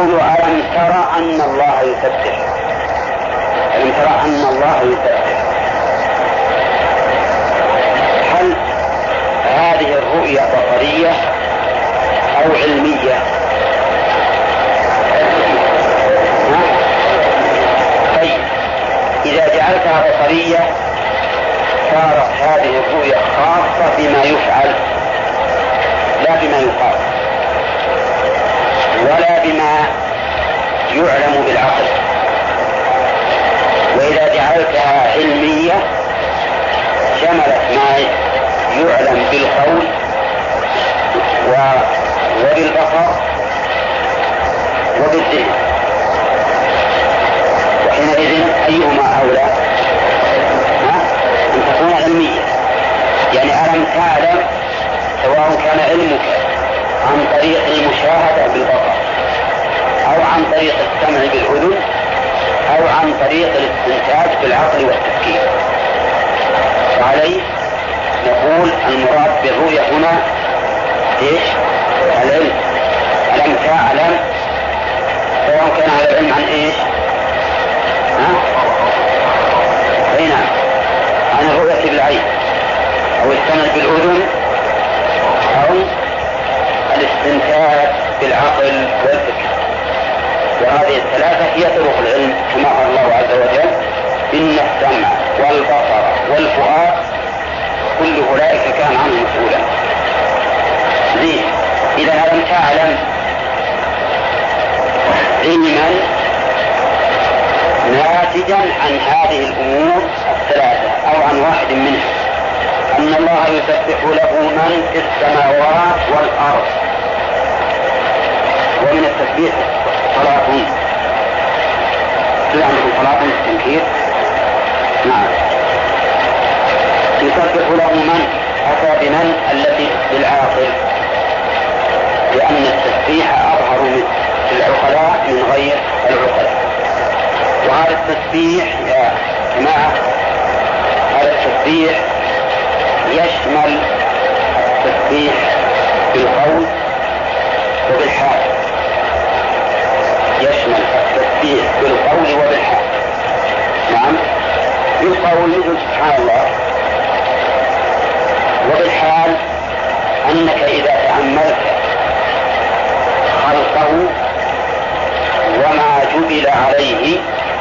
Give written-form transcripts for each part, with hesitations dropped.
قول ألم ترى أن الله يسبح، ألم ترى أن الله يسبح، هل هذه الرؤية بصرية أو علمية؟ طيب إذا جعلتها بصرية صارت هذه الرؤية خاصة بما يفعل لا بما يقال ولا بما يعلم بالعقل. وإذا جعلتها علمية شملت ما يعلم بالقول وبالبصر وبالذهن، وحينئذ أيهما أولى؟ أن تكون علمية، يعني ألم تعلم، سواء كان علمك عن طريق المشاهدة بالبصر أو عن طريق السمع بالأذن أو عن طريق الاستنتاج بالعقل والتفكير. وعليه نقول المراد بالرؤية هنا ايش؟ العلم. ألم تعلم، سواء كان هذا العلم عن ايش؟ نعم، عن الرؤية بالعين أو السمع بالأذن أو الاستنتاج بالعقل والفكر. وهذه الثلاثة هي طرق العلم كما قال الله عز وجل إن السمع والبصر والفؤاد كل أولئك كان عنه مسؤولا. زين، إذا لم تعلم علما ناتجا عن هذه الأمور الثلاثة أو عن واحد منها أن الله يسبح له من في السماوات والأرض. ومن التسبيح صلاة، في عندكم صلاة التنكير؟ نعم، يسبح له من أتى بمن التي بالعاقل، لأن التسبيح أظهر من العقلاء من غير العقلاء. وهذا التسبيح يا جماعة، هذا التسبيح يشمل التسبيح بالقول وبالحال، يشمل التسبيح بالقول وبالحال. نعم، بالقول مثل سبحان الله، وبالحال أنك إذا تأملت خلقه وما جبل عليه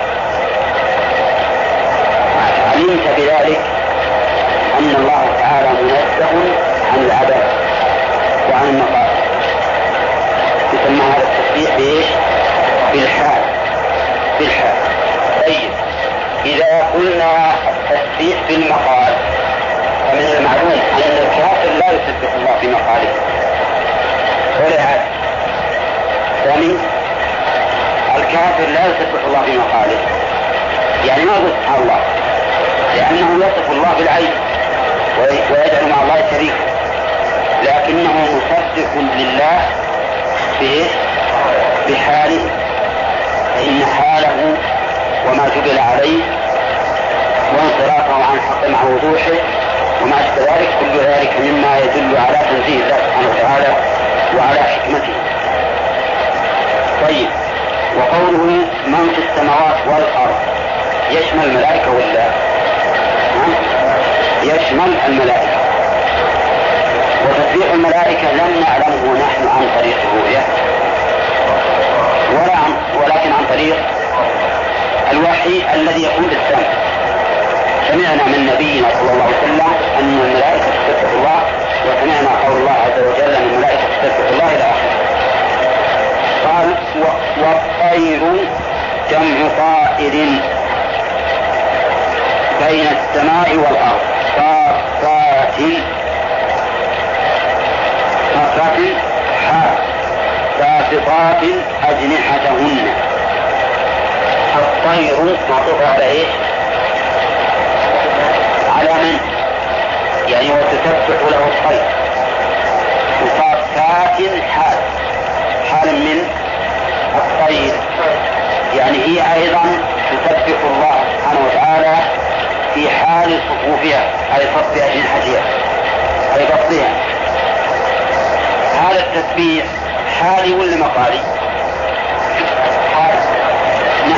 علمت بذلك أن الله تعالى منزه عن العبث وعن النقائص. يسمى هذا التسبيح بإيش؟ بالحال. بالحال. طيب، إذا قلنا التسبيح بالمقال فمن المعلوم أن الكافر لا يسبح الله بمقاله ولا عاد. ثاني، الكافر لا يسبح الله بمقاله، يعني ما يقول سبحان الله، لأنه يصف الله بالعين ويجعل مع الله شريكا، لكنه مسبح لله بحاله، فإن حاله وما جبل عليه وانصرافه عن حق مع وضوحه وما أشبه ذلك، كل ذلك مما يدل على تنزيه الله سبحانه وتعالى وعلى حكمته. طيب، وقوله من في السماوات والأرض يشمل الملائكة ولا؟ يشمل الملائكة. وتسبيح الملائكة لم نعلمه نحن عن طريق الرؤية ولكن عن طريق الوحي الذي يكون بالسمع. سمعنا من نبينا صلى الله عليه وسلم أن الملائكة تسبح الله، وسمعنا قول الله عز وجل أن الملائكة تسبح الله إلى آخره. قال والطير جمع طائر بين السماء والأرض، صافات سابقات أجنحتهن. الطير معطوف على إيش؟ على من؟ يعني وتسبح له الطير. صافات حال من الطير، يعني هي أيضا تسبح الله سبحانه وتعالى في حال صفوفها، أي صف أجنحتها، أي بسطها. هذا التسبيح حالي ولا مقالي؟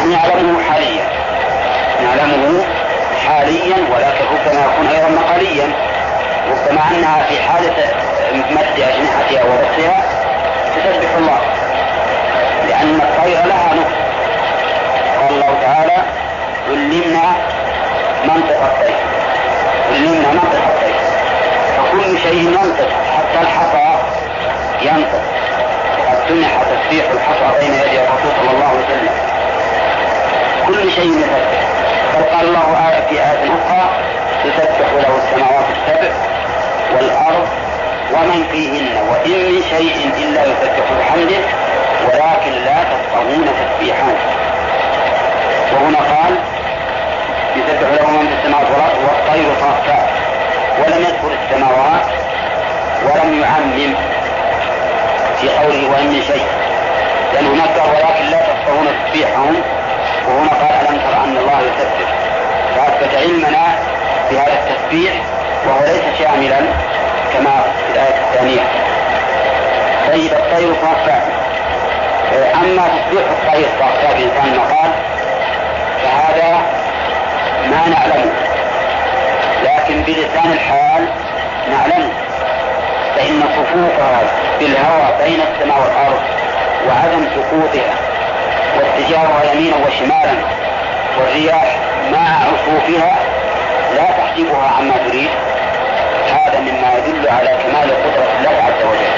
نحن نعلمه حاليا، نعلمه حاليا، ولكن ربما يكون أيضا مقاليا، ربما أنها في حالة مد أجنحتها ورأسها تسبح الله، لأن الطير لها نطق. قال الله تعالى: علمنا منطق الطير، علمنا منطق الطير. فكل شيء ينطق، حتى الحصى ينطق، وقد سمح تسبيح الحصى بين يدي الرسول صلى الله عليه وسلم. كل شيء يسبح. قال الله في آية أخرى: تسبح له السماوات السبع والأرض ومن فيهن وإن من شيء إلا يسبح بحمده ولكن لا تفقهون تسبيحهم. وهنا قال: يسبح له من في السماوات والأرض والطير صافات، ولم يذكر السماوات ولم يعمم في قوله وإن من شيء، لأنه هناك ولكن لا تفقهون تسبيحهم، وهنا قال: ألم تر أن الله يسبح، فأثبت علمنا بهذا التسبيح وهو ليس شاملا كما في الآية الثانية. طيب الطير صافات، أما تسبيح الطير صافات بإنسان المقال فهذا ما نعلمه، لكن بلسان الحال نعلمه، فإن صفوفها بالهواء بين السماء والأرض وعدم سقوطها واتجاهها يمينا وشمالا والرياح مع عصوفها لا تحجبها عما تريد، هذا مما يدل على كمال قدرة الله عز وجل.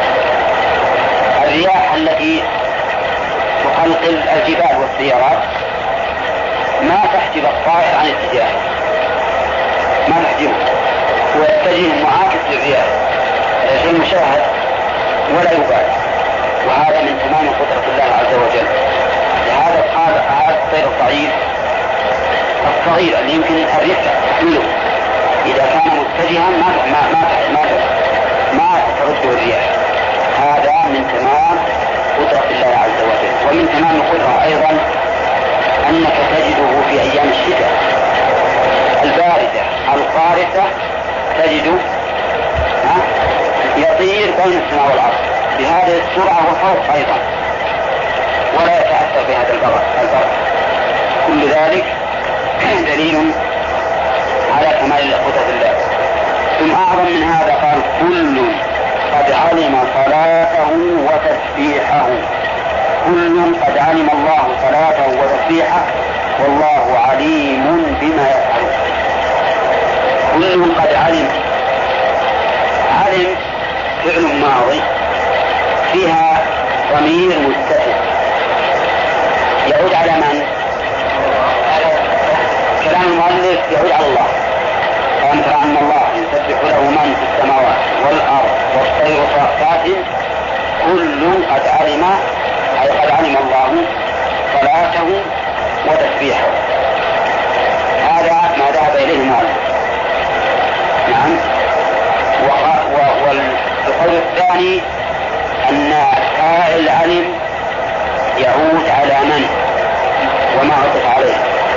الرياح التي تقلقل الجبال والسيارات ما تحجب الطائر عن اتجاهه، ما تحجبه، ويتجه معاكس للرياح، لا شيء مشاهد ولا يبالي، وهذا من تمام قدرة الله عز وجل. لهذا قال: هذا الطير الضعيف الصغير اللي يمكن الريح تحمله إذا كان متجها ما ترده الرياح، هذا من تمام قدرة الله عز وجل. ومن تمام القدرة أيضا أنك تجده في أيام الشتاء الباردة القارسة، تجده يطير بين السماء والأرض بهذه السرعة وفوق أيضا، ولا يتأثر بهذا البرد. كل ذلك دليل على كمال قدرة الله. ثم أعظم من هذا قال: كل قد علم صلاته وتسبيحه، كل قد علم الله صلاته وتسبيحه والله عليم بما يفعل. كل قد علم، علم فعل ماضي فيها ضمير متصل يعود على من؟ كلام المؤلف يعود على الله. ألم تر أن الله يسبح له من في السماوات والأرض والطير صافات كل قد علم، أي قد علم الله صلاته وتسبيحه. هذا ما ذهب إليه المؤلف. نعم. والقول الثاني أن فاعل علم يعود على من وما عطف عليه.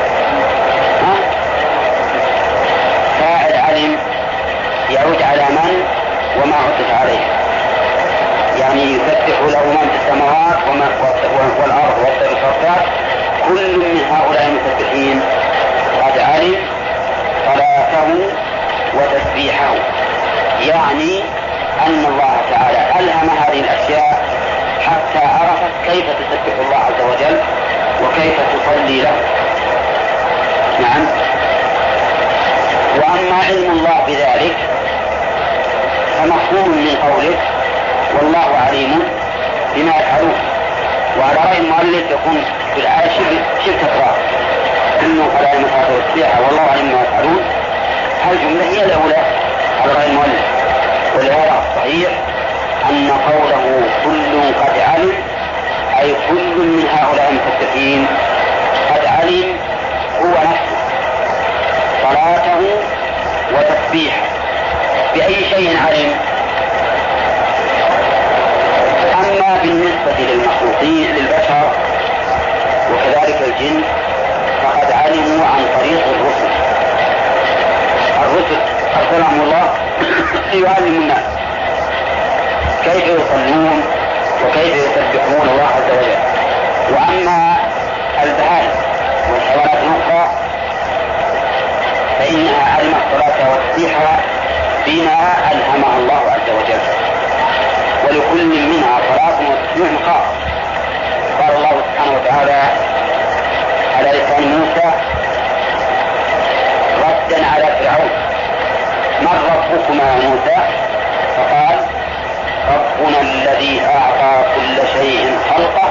فاعل علم يعود على من وما عطف عليه، يعني يسبح له من في السماوات والأرض والصفات، كل من هؤلاء المسبحين قد علم صلاته وتسبيحه، يعني أن الله تعالى ألهم هذه الأشياء حتى عرفت كيف تسبح الله عز وجل وكيف تصلي له. نعم. وأما علم الله بذلك فمفهوم من قوله والله عليم بما يفعلون. وعلى رأي المؤلف يكون في الآية شبه تكرار، إنه قد علم صلاته وتسبيحه والله عليم بما يفعلون. الجملة هي الأولى على رأي المؤلف، ولهذا الصحيح أن قوله كل قد علم أي كل من هؤلاء المسبحين قد علم هو نفسه صلاته وتسبيحه. بأي شيء علم؟ أما بالنسبة للمخلوقين للبشر وكذلك الجن فقد علموا عن طريق الرسل أرسلهم الله ليعلموا الناس كيف يصلون وكيف يسبحون الله عز وجل. وأما البهائم والحيوانات الأخرى فإنها علمت صلاتها وتسبيحها بما ألهمها الله عز وجل، ولكل منها صلاة وتسبيح خاص. قال الله سبحانه وتعالى على لسان موسى ردا على فرعون: من ربكما يا موسى؟ فقال: ربنا الذي أعطى كل شيء خلقه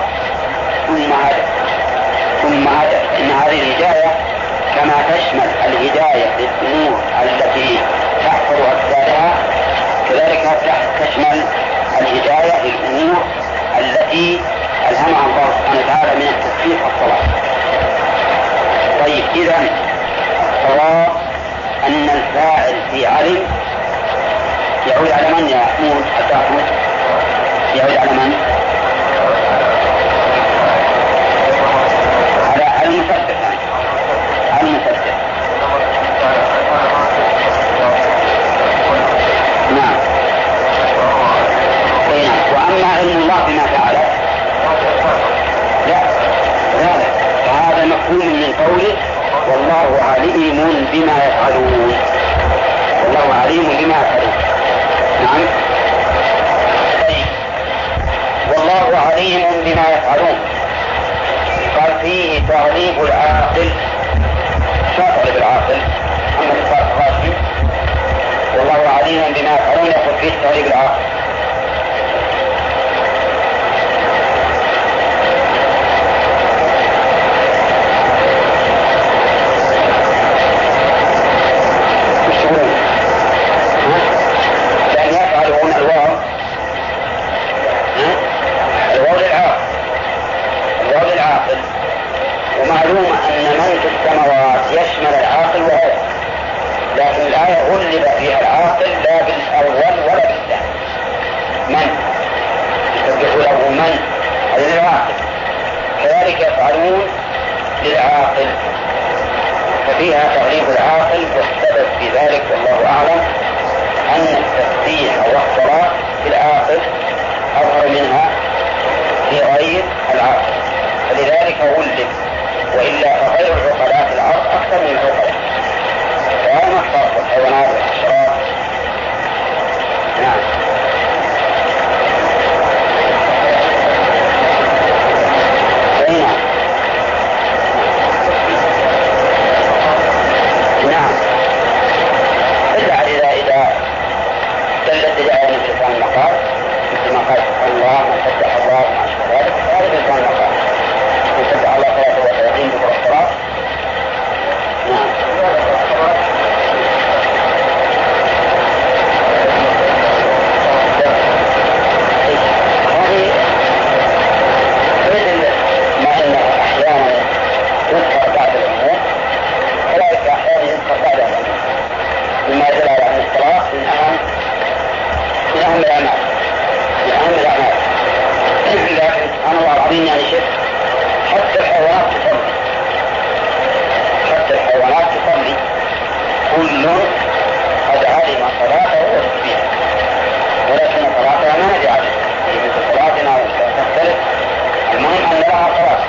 ثم هدى. إن هذه الهداية كما تشمل الهداية للأمور التي تحفظ أجسادها كذلك تشمل الهداية للأمور التي ألهمها الله سبحانه وتعالى من التسبيح والصلاة. طيب، إذا الصواب أن الفاعل في علم يعود على من يا محمود؟ يعود على من؟ على المسبح، على المسبح. نعم. وأما علم الله بما فعل لا، فهذا مفهوم من قوله والله عليم بما يفعلون. والله عليم بما يفعلون. نعم. طيب، والله عليم بما يفعلون. قال فيه تغليب العاقل. شو تغليب العاقل؟ محمد الراشد والله عليم بما يفعلون يقول فيه تغليب العاقل. ومعلوم أن من في السماوات يشمل العاقل وغيره، لكن الآية غلب فيها العاقل لا بالأول ولا بالثاني. من يسبح له من هذا للعاقل، كذلك يفعلون للعاقل، ففيها تغليب العاقل. والسبب في ذلك والله أعلم أن التسبيح والصلاة في العاقل أظهر منها في غير العاقل، فلذلك غلب. وإلا فغير العقلاء في الأرض أكثر من العقلاء، وأما الصرف والحيوانات والحشرات. نعم. نعم. إلا إذا دلت إلى لسان المقال مثل ما قال سبحان الله من فتح الله ما أشبه ذلك، هذا لسان المقال من فتح الله 33 ذكر الصلاة. نعم. هذه مثل ما أنه أحيانا يذكر بعد الأمور كذلك أحيانا يذكر بعد الأمور، مما يدل على أن الصلاة من أهم الأعمال. لكن سبحان الله العظيم يعني شيء حتى الحيوانات تصلي كل قد علم صلاته وتسبيحه، ولكن صلاتها ما ندري عنها مثل صلاتنا تختلف. المهم أن لها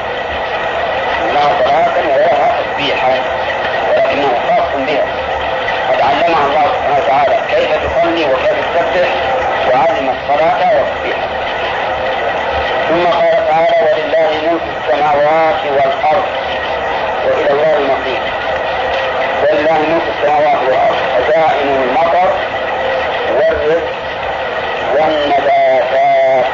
صلاة ولها تسبيحا، ولكنه خاص بها. قد علمها الله سبحانه وتعالى كيف تصلي وكيف تسبح، وعلم الصلاة والتسبيح. ثم قال تعالى ولله ملك السماوات والأرض وإلى الله المصير. ولله ملك السماوات والأرض، خزائن المطر والرزق والنباتات.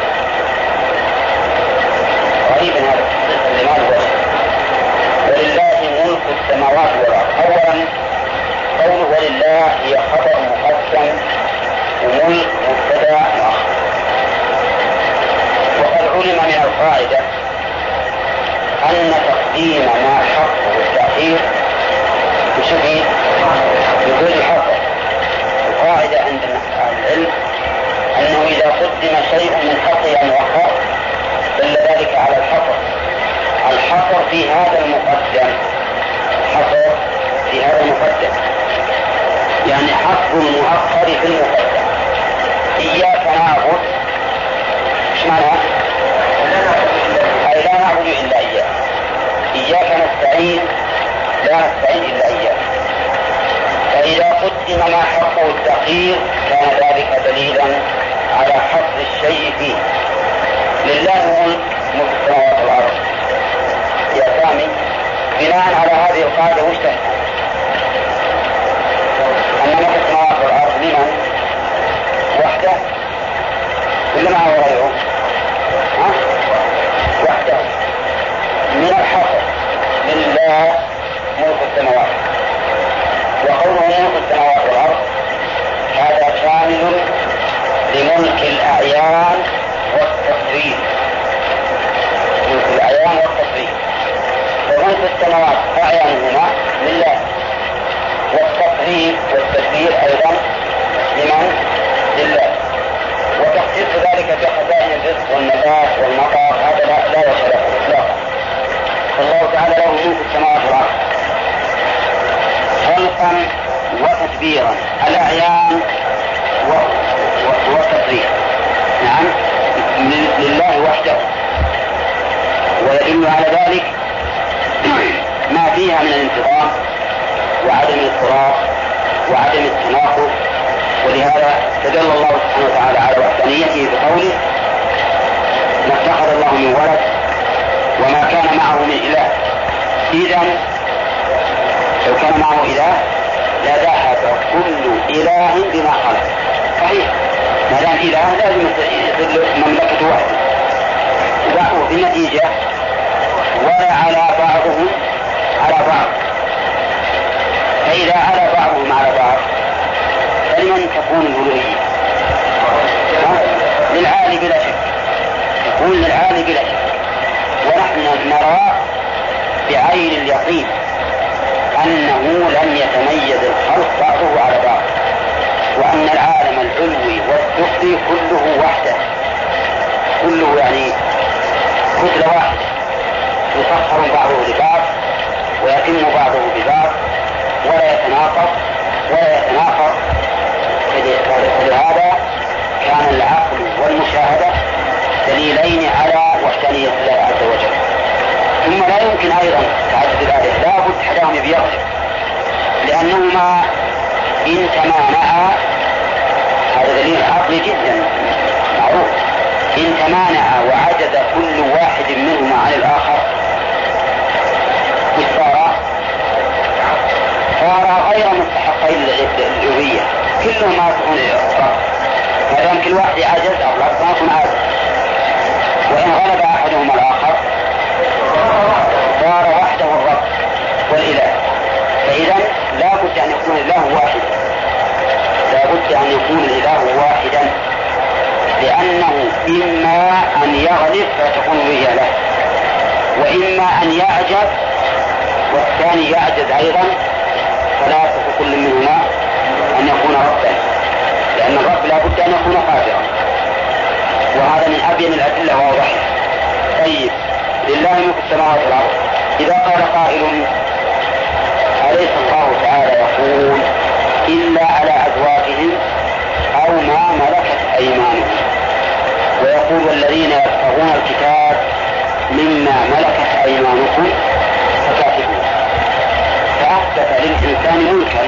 غريب هذا لماذا؟ ولله ملك السماوات والأرض. أولا قوله ولله هي خبر مقدم وملك مبتدأ مؤخر. وقد علم من القاعدة أن تقديم ما حقه التأخير بشبه بدون حقه. القاعدة عند أهل العلم أنه إذا قدم شيء من حقه أن يؤخر دل ذلك على الحصر. الحصر في هذا المقدم، الحصر في هذا المقدم يعني حصر المؤخر في المقدم. إياك نعبد، ايش معنى؟ أي لا نعبد إلا إياه. الأخير كان ذلك دليلا على حصر الشيء فيه. لله ملك السماوات والأرض. يا سامي، بناء على هذه القاعدة وش تفهم؟ أن ملك السماوات والأرض لمن؟ وحده ولا معه غيره؟ وحده. من الحصر لله ملك السماوات، وقوله ملك السماوات والأرض هذا شامل لملك الأعيان والتصريف. ملك الأعيان والتصريف، فملك السماوات أعيانهما لله، والتصريف والتدبير أيضا لمن؟ لله. وتخصيص ذلك بخزائن الرزق والنبات والمطر هذا لا وجه له إطلاقا. فالله تعالى له ملك السماوات والأرض خلقا وتدبيرا، الأعيان والتصريف نعم لله وحده. ويدل على ذلك ما فيها من الانتظام وعدم الاضطراب وعدم التناقض. ولهذا تدل الله سبحانه وتعالى على وحدانيته بقوله: ما اتخذ الله من ولد وما كان معه من إله. إذن لو كان معه إله لذهب كل إله بما خلق. صحيح، ما دام إله لازم يدل مملكة وحده. وفي النتيجة ولا على بعضهم على بعض. فإذا على بعضهم على بعض فلمن تكون الألوهية؟ للعالي بلا شك، تكون للعالي بلا شك. ونحن نرى بعين اليقين أنه لم يتميز الخلق بعضه على بعض، وأن العالم العلوي والسفلي كله وحده، كله يعني كتلة واحدة يسخر بعضه لبعض ويتم بعضه ببعض ولا يتناقض ولا يتناقض. فلهذا كان العقل والمشاهدة دليلين على وحدانية الله عز وجل. ثم لا يمكن أيضا تعدد الآلهة، لا بد حداهم بيغلب، لأنهما إن تمانعا، هذا دليل عقلي جدا معروف، إن تمانعا وعجز كل واحد منهما عن الآخر صار غير مستحقين للألوهية، كلهما تكون رب. ما دام كل واحد عجز أو لا يكون عاجز، وإن غلب أحدهما الآخر صار وحده الرب والإله. فإذا لا بد أن يكون الإله واحدا، لا بد أن يكون الإله واحدا، لأنه إما أن يغلب فتكون الألوهية له، وإما أن يعجز والثاني يعجز أيضا، فلا يصح كل منهما أن يكون ربا، لأن الرب لا بد أن يكون قادرا. وهذا من أبين الأدلة واضحة. طيب، لله ملك السماوات والأرض. إذا قال قائل: أليس الله تعالى يقول إلا على أزواجهم أو ما ملكت أيمانهم، ويقول: والذين يبتغون الكتاب مما ملكت أيمانكم فكاتبوه، فأثبت للإنسان ملكا.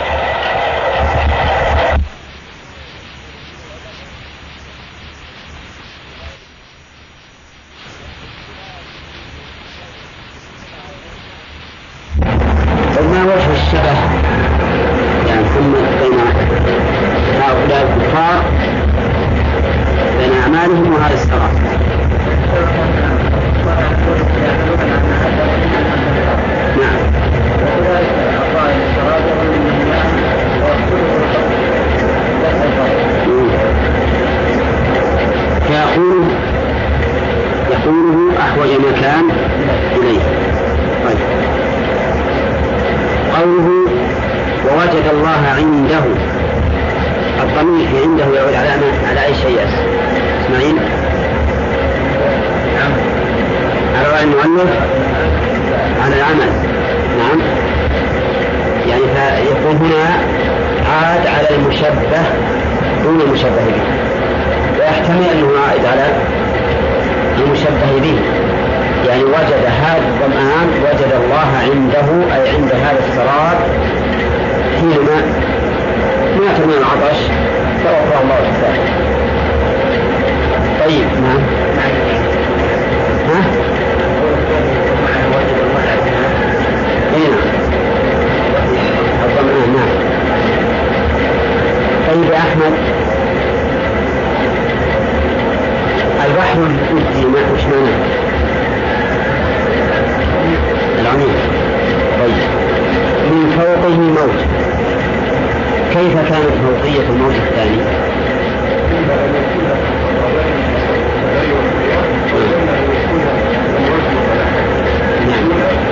فما وجه الشبه يعني ثم بين هؤلاء الكفار بين أعمالهم وهذا الصراط؟ نعم. يقوله أحوج مكان إليه. طيب. قوله ووجد الله عنده، الضمير في عنده يعود على أي شيء؟ اسماعيل على رأي المؤلف على العمل. نعم، يعني فيكون هنا عاد على المشبه دون المشبه به، ويحتمل أنه عائد على المشبه به، يعني وجد هذا الظمآن وجد الله عنده، أي عند هذا السراب حينما مات من العطش توفى الله الثاني. طيب نعم. ها؟ نعم. طيب يا أحمد، البحر الذي ما وش معناه؟ العميق. طيب من فوقه موج، كيف كانت فوقية الموج الثاني؟ نعم.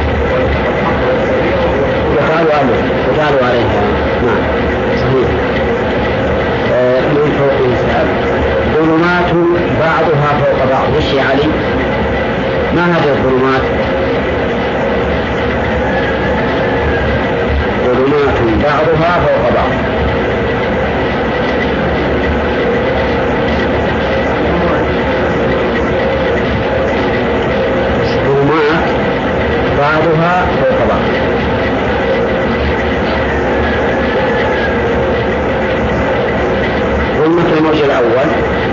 وقالوا عليها. نعم صحيح. من فوقه سحاب، ظلمات بعضها فوق بعض. وش يا علي؟ ما هذه الظلمات؟ ظلمات بعضها فوق بعض. ظلمات بعضها فوق بعض. ظلمة الموج الأول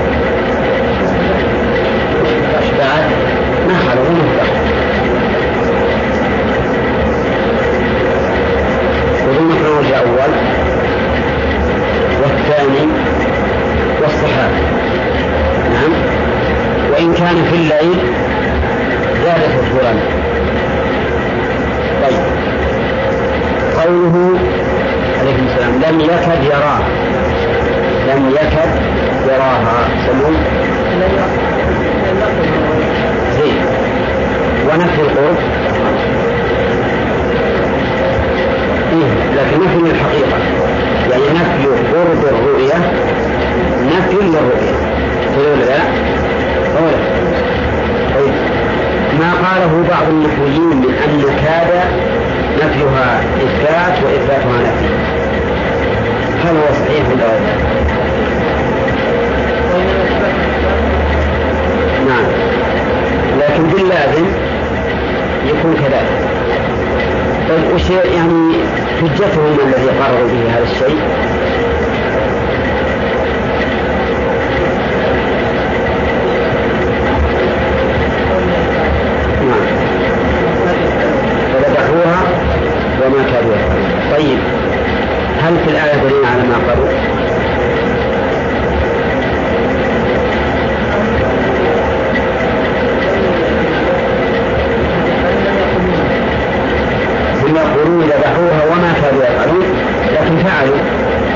بعد ما خلوا مفتاح، وظلمة الموج الأول والثاني والصحاب. نعم. وإن كان في الليل زادت الظلم. طيب قوله عليكم السلام لم يكد يراها، لم يكد يراها سمون زين. ونفي القرب لكن نفي الحقيقة، يعني نفي قرب الرؤية نفي للرؤية. تقول لا أولا. طيب ما قاله بعض النحويين من أن كاد نفيها إثبات وإثباتها نفي، هل هو صحيح ولا لا؟ نعم، لكن باللازم يكون كذلك. طيب وش يعني حجتهم الذي قرروا به هذا الشيء؟ نعم، فذبحوها وما كادوا يفعلون. طيب هل في الآية دليل على ما قالوا؟ هم يقولون ذبحوها وما كادوا يفعلون، لكن فعلوا.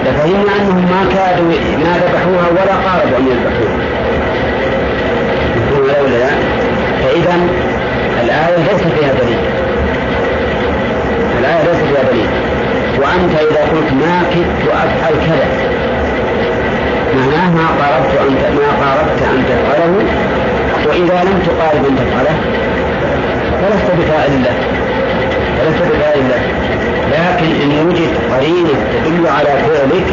لفهمنا أنهم ما ذبحوها ولا قاربوا أن يذبحوها. ولا لا؟ فإذا الآية ليس فيها دليل. الآية ليس فيها دليل. وأنت إذا قلت ما كدت أفعل كذا معناه ما قاربت أن تفعله، وإذا لم تقارب أن تفعله فلست بفاعل له. لكن إن وجد قرينة تدل على فعلك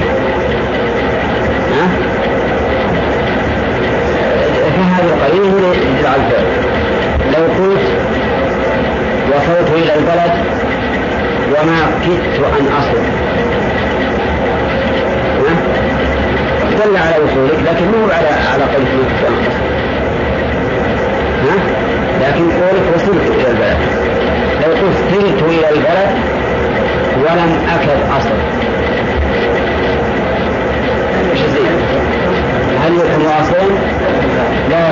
فهذه القرينة تدل على الفعل. لو قلت وصلت إلى البلد وما كدت أن أصل دل على وصولك، لكن مو على قولك ما كدت أن أصل، لكن قولك وصلت إلى البلد. لو قلت سرت إلى البلد ولم أكد أصل هل يكون واصلا؟ لا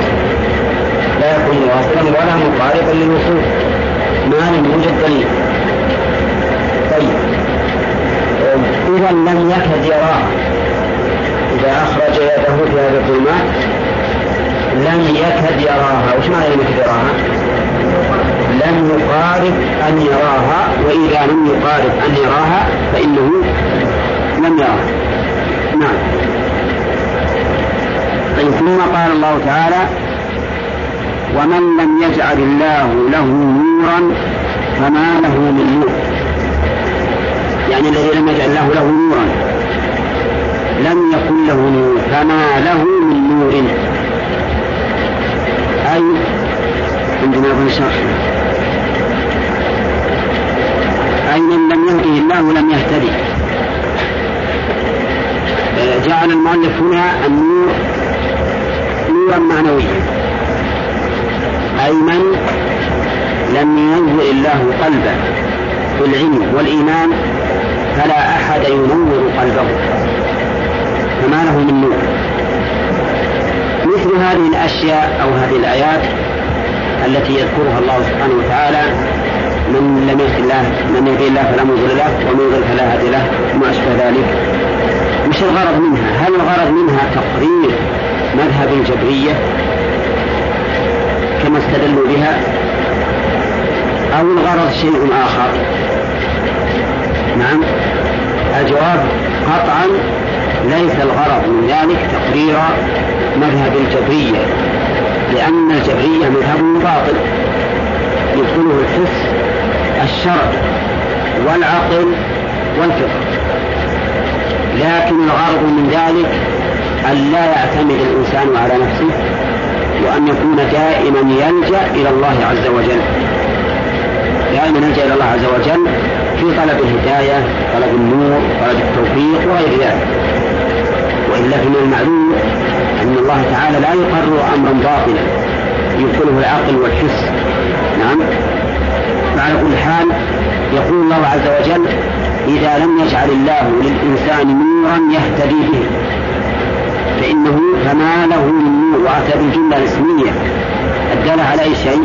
يكون واصلا ولا مقاربا للوصول ما لم يوجد دليل. طيب إذا لم يكد يراه، إذا أخرج يده في هذه الظلمات لم يكد يراها. وش معنى لم يكد يراها؟ لم يقارب أن يراها، وإذا لم يقارب أن يراها فإنه لم يراها. نعم. ثم قال الله تعالى ومن لم يجعل الله له نورا فما له من نور، يعني الذي لم يجعل الله له نورا لم يكن له نور فما له من نور، أي عندنا في الشرح أي من لم يهده الله لم يهتدي. جعل المؤلف هنا النور نورا معنويا، أي من لم ينور الله قلبه بالعلم والإيمان فلا أحد ينور قلبه فما له من نور. مثل هذه الأشياء أو هذه الآيات التي يذكرها الله سبحانه وتعالى من لم يهد الله من يهدي الله فلا مضل له ومن يضلل فلا هادي له وما أشبه ذلك. مش الغرض منها؟ هل الغرض منها تقرير مذهب الجبرية كما استدلوا بها، أو الغرض شيء آخر؟ نعم، الجواب قطعا ليس الغرض من ذلك تقرير مذهب الجبرية، لأن الجبرية مذهب باطل يدخله الحس الشرع والعقل والفقه. لكن الغرض من ذلك أن لا يعتمد الإنسان على نفسه، وأن يكون دائما يلجأ إلى الله عز وجل، دائما يلجأ إلى الله عز وجل في طلب الهداية، طلب النور، طلب التوفيق وغير ذلك. وإلا فمن المعلوم أن الله تعالى لا يقرر أمرا باطلا يدخله العقل والحس. نعم. فعلى كل حال يقول الله عز وجل إذا لم يجعل الله للإنسان نورا يهتدي به فإنه فما له من نور، وأتى بالجملة الاسمية الدالة على أي شيء؟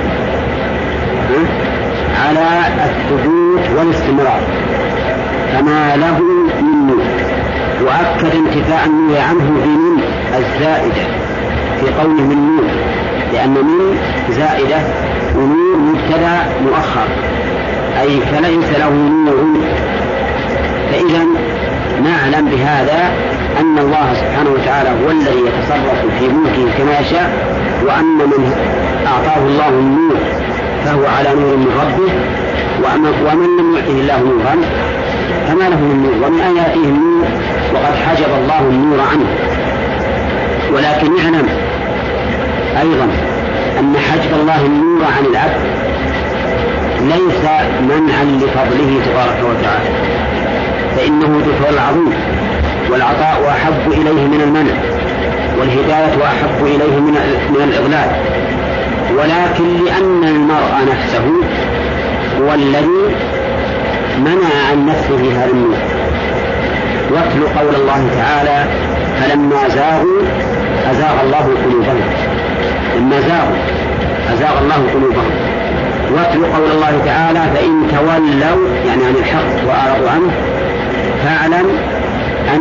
على الثبوت والاستمرار. فما له من نور، وأكد انتفاء النور عنه بمن الزائدة في قوله من نور، لأن من زائدة ونور مبتدأ مؤخر، أي فليس له نور. فإذا نعلم بهذا أن الله سبحانه وتعالى هو الذي يتصرف في ملكه كما يشاء، وأن من أعطاه الله النور فهو على نور من ربه، ومن لم يعطه الله نورا فما له من نور. ومن أن يأتيه النور وقد حجب الله النور عنه. ولكن نعلم أيضا أن حجب الله النور عن العبد ليس منعا لفضله تبارك وتعالى، فإنه ذو فضل عظيم، والعطاء أحب إليه من المنع، والهداية أحب إليه من الإضلال. ولكن لأن المرء نفسه هو الذي منع عن نفسه هذا النور. واتل قول الله تعالى فلما زاغوا أزاغ الله قلوبهم. لما زاغوا أزاغ الله قلوبهم. واتل قول الله تعالى فإن تولوا يعني عن الحق وأعرضوا عنه فاعلم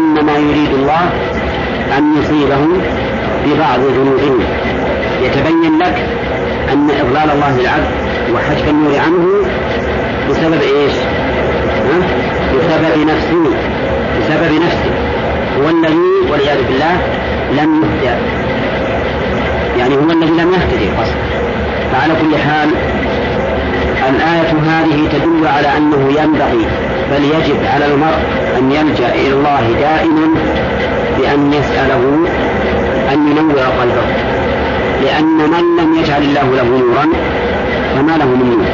يريد الله أن يصيبهم ببعض ذنوبهم، يتبين لك أن إضلال الله للعبد وحجب النور عنه بسبب إيش؟ بسبب نفسه هو الذي والعياذ بالله لم يهتدي، يعني هو الذي لم يهتدي أصلا. فعلى كل حال الآية هذه تدل على أنه ينبغي بل يجب على المرء أن يلجأ إلى الله دائما بأن يسأله أن ينور قلبه، لأن من لم يجعل الله له نورا فما له من نور.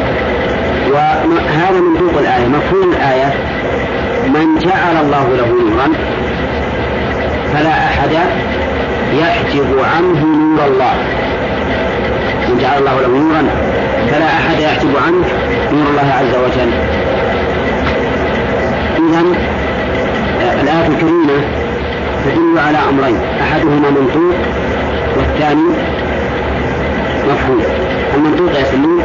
وهذا منطوق الآية، مفهوم الآية من جعل الله له نورا فلا أحد يحجب عنه نور الله. من جعل الله له نورا فلا أحد يحجب عنه نور الله عز وجل. إذن الآية الكريمة تدل على أمرين، أحدهما منطوق والثاني مفهوم. المنطوق يسمون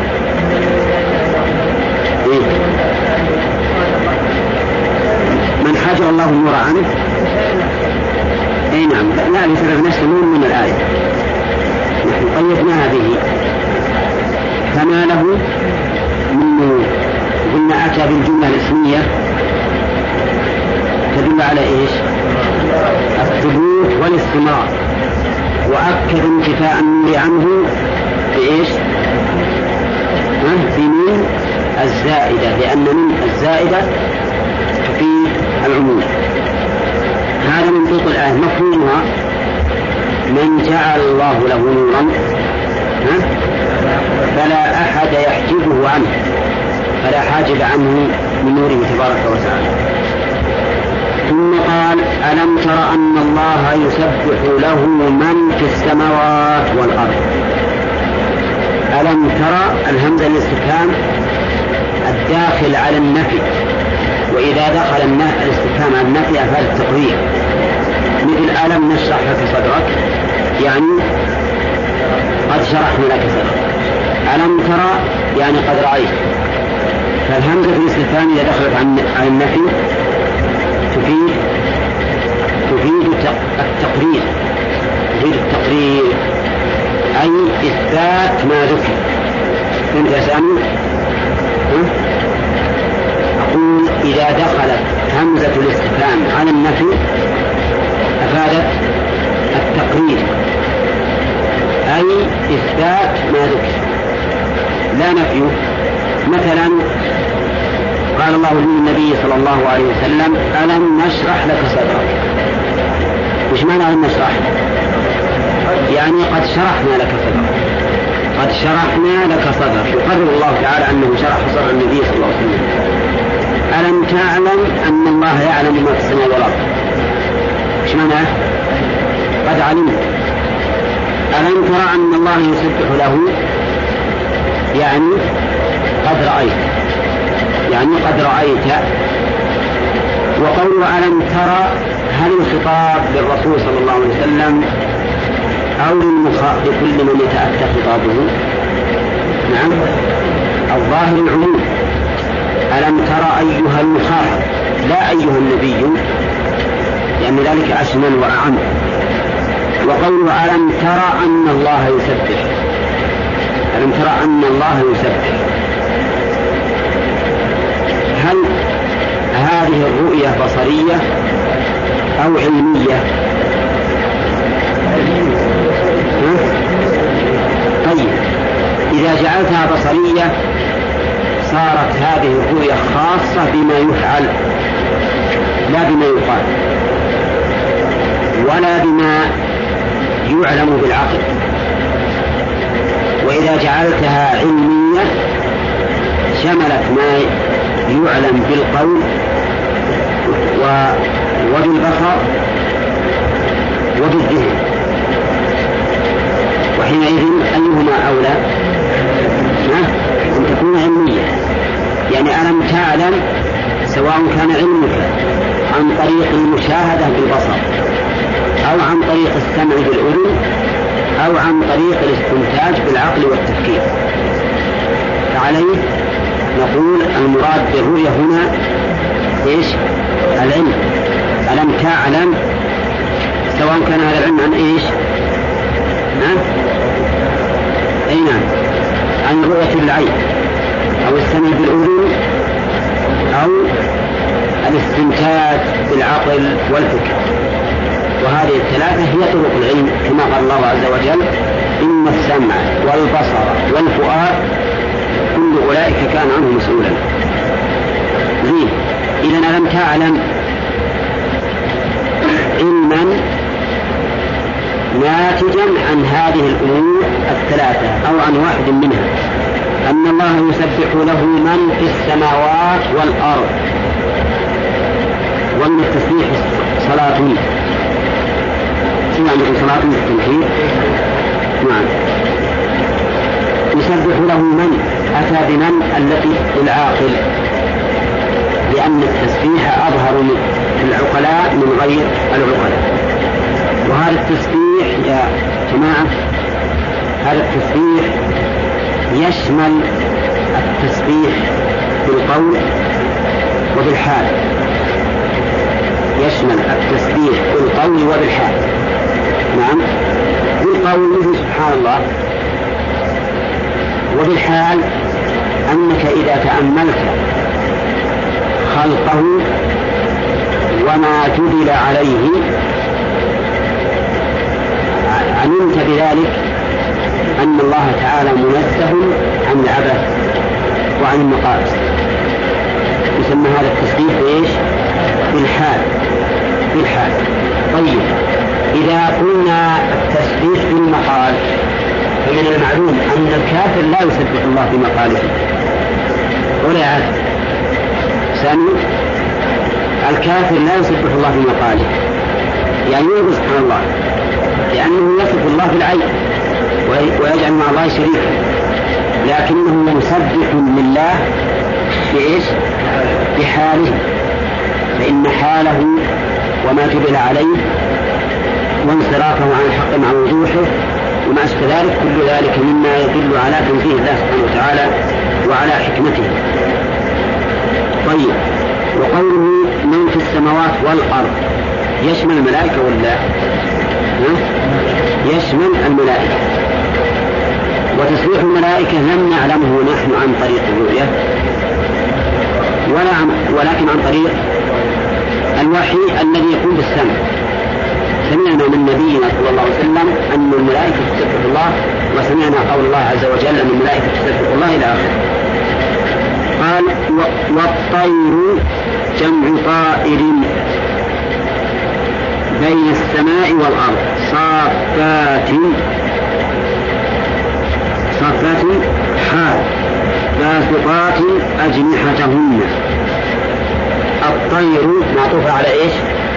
من حجر الله النور عنه، أي نعم، لا لسبب نفس من الآية نحن قيدناها به، فما له من نور. قلنا أتى بالجملة الاسمية تدل على إيش؟ الثبوت والاستمرار، وأكد انتفاء النور عنه بإيش؟ بمن الزائدة، لأن من الزائدة تفيد العموم. هذا منطوق الآية. مفهومها من جعل الله له نورا فلا أحد يحجبه عنه، فلا حاجب عنه من نوره تبارك وتعالى. ثم قال ألم تر أن الله يسبح له من في السماوات والأرض. ألم ترى الهمزة الاستفهام الداخل على النفي، وإذا دخل الاستفهام على النفي أفاد التقرير، مثل ألم نشرح لك صدرك، يعني قد شرحنا لك صدرك. ألم ترى يعني قد رأيت. فالهمزة في الاستفهام إذا دخلت على النفي تفيد التقرير، أي إثبات ما ذكر. كنت أسأل أقول إذا دخلت همزة الاستفهام على النفي أفادت التقرير، أي إثبات ما ذكر لا نفيه. مثلا قال الله للنبي صلى الله عليه وسلم ألم نشرح لك صدرك. وش معنى ألم نشرح؟ يعني قد شرحنا لك صدرك، قد شرحنا لك صدرك. يقرر الله تعالى أنه شرح صدر النبي صلى الله عليه وسلم. ألم تعلم أن الله يعلم ما في السماء والأرض. وش معنى؟ قد علمت. ألم ترى أن الله يسبح له، يعني قد رأيت، يعني قد رأيت. وقول ألم ترى هل الخطاب للرسول صلى الله عليه وسلم أو لكل من يتأتى خطابه؟ نعم، الظاهر العموم. ألم ترى أيها المخاطب، لا أيها النبي، لأن ذلك أشمل وأعم. وقول ألم ترى أن الله يسبح، ألم ترى أن الله يسبح. هل هذه الرؤية بصرية أو علمية؟ طيب، إذا جعلتها بصرية صارت هذه الرؤية خاصة بما يفعل لا بما يقال ولا بما يعلم بالعقل. وإذا جعلتها علمية شملت ما يعلم بالقول وبالبصر وبالذهن، وحينئذ أيهما أولى؟ أن تكون علمية. يعني ألم تعلم سواء كان علمك عن طريق المشاهدة بالبصر أو عن طريق السمع بالأذن أو عن طريق الاستنتاج بالعقل والتفكير، فعليه نقول المراد بالرؤية هنا إيش؟ العلم. ألم تعلم، سواء كان هذا العلم عن إيش؟ أي نعم، عن رؤية العين أو السمع بالأذن أو الاستنتاج بالعقل والفكر. وهذه الثلاثة هي طرق العلم كما قال الله عز وجل: إن السمع والبصر والفؤاد كل أولئك كان عنه مسؤولا. زين، إذن ألم تعلم علما ناتجا عن هذه الأمور الثلاثة أو عن واحد منها، أن الله يسبح له من في السماوات والأرض. ومن التسبيح صلاة، يعني صلاة التنكير. نعم، يسبح له من أتى بمن التي العاقل، لأن التسبيح أظهر في العقلاء من غير العقلاء. وهذا التسبيح يا جماعة، هذا التسبيح يشمل التسبيح بالقول وبالحال، يشمل التسبيح بالقول وبالحال. نعم، بالقول مثل سبحان الله، وبالحال أنك إذا تأملت خلقه وما جبل عليه علمت بذلك أن الله تعالى منزه عن العبث وعن المقاس. يسمى هذا التسبيح بإيش؟ بالحال. بالحال. طيب، إذا قلنا التسبيح بالمقال فمن المعلوم أن الكافر لا يسبح الله بمقاله ولا يعرف. ثاني، الكافر لا يسبح الله بمقاله، يعني يقول سبحان الله، لأنه يصف الله بالعين ويجعل مع الله شريكا، لكنه مسبح لله بإيش؟ بحاله، فإن حاله وما جبل عليه وانصرافه عن الحق مع وضوحه وما أشبه ذلك، كل ذلك مما يدل على تنزيه الله سبحانه وتعالى وعلى حكمته. طيب، وقوله من في السماوات والأرض يشمل الملائكة ولا يشمل الملائكة؟ وتسبيح الملائكة لم نعلمه نحن عن طريق الرؤية ولكن عن طريق الوحي الذي يكون بالسمع. سمعنا من نبينا صلى الله عليه وسلم أن الملائكة تسبح الله، وسمعنا قول الله عز وجل أن الملائكة تسبح الله إلى آخره. قال: والطير جمع طائر بين السماء والأرض صافات حال باسطات أجنحتهن. الطير معطوف على إيش؟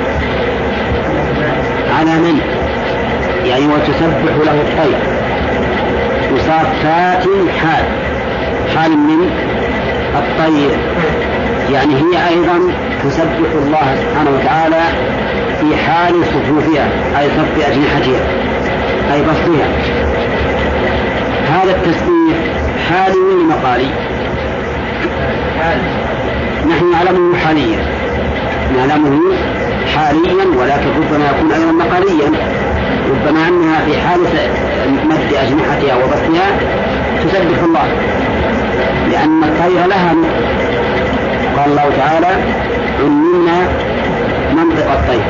على من؟ يعني وتسبح له الطير. وصافات حال من الطير، يعني هي أيضا تسبح الله سبحانه وتعالى في حال صفوفها، أي صف أجنحتها، أي بسطها. هذا التسبيح حالي ولا مقالي؟ نحن نعلمه حاليا، ولكن ربما يكون أيضا مقاليا، ربما أنها في حال مد أجنحتها وبسطها تسبح الله، لأن الطير لها قال الله تعالى: علمنا منطق الطير.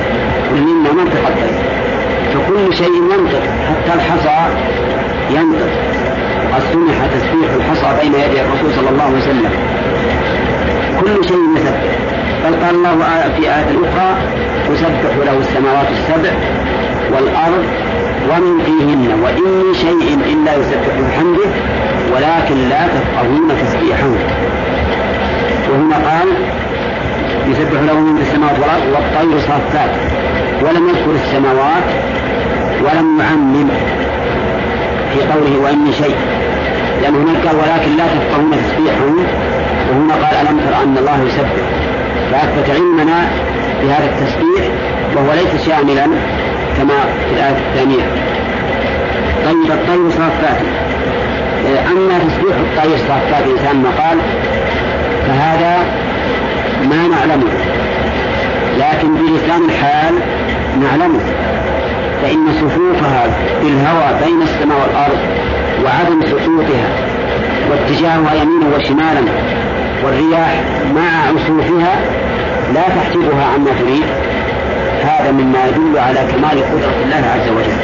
فكل شيء ينطق، حتى الحصى ينطق. السنة تسبيح الحصى بين يدي الرسول صلى الله عليه وسلم، كل شيء يسبح. بل قال الله في آية أخرى: تسبح له السماوات السبع والأرض ومن فيهن وإن من شيء إلا يسبح بحمده ولكن لا تفقهون تسبيحهم. وهنا قال: يسبح له من السماوات والأرض والطير صافات، ولم يذكر السماوات ولم يعمم في قوله وإن من شيء، لأنه هناك قال: ولكن لا تفقهون تسبيحهم، وهنا قال: ألم تر أن الله يسبح، فأثبت علمنا بهذا التسبيح وهو ليس شاملا كما في الآية الثانية. طيب، الطير صافات، أما تسبيح الطير صافات إنسان ما قال فهذا ما نعلمه، لكن لكن بلسان الحال نعلمه، فإن صفوفها في الهواء بين السماء والأرض وعدم سقوطها واتجاهها يمينا وشمالا والرياح مع عصوفها لا تحجبها عما تريد، هذا مما يدل على كمال قدرة الله عز وجل.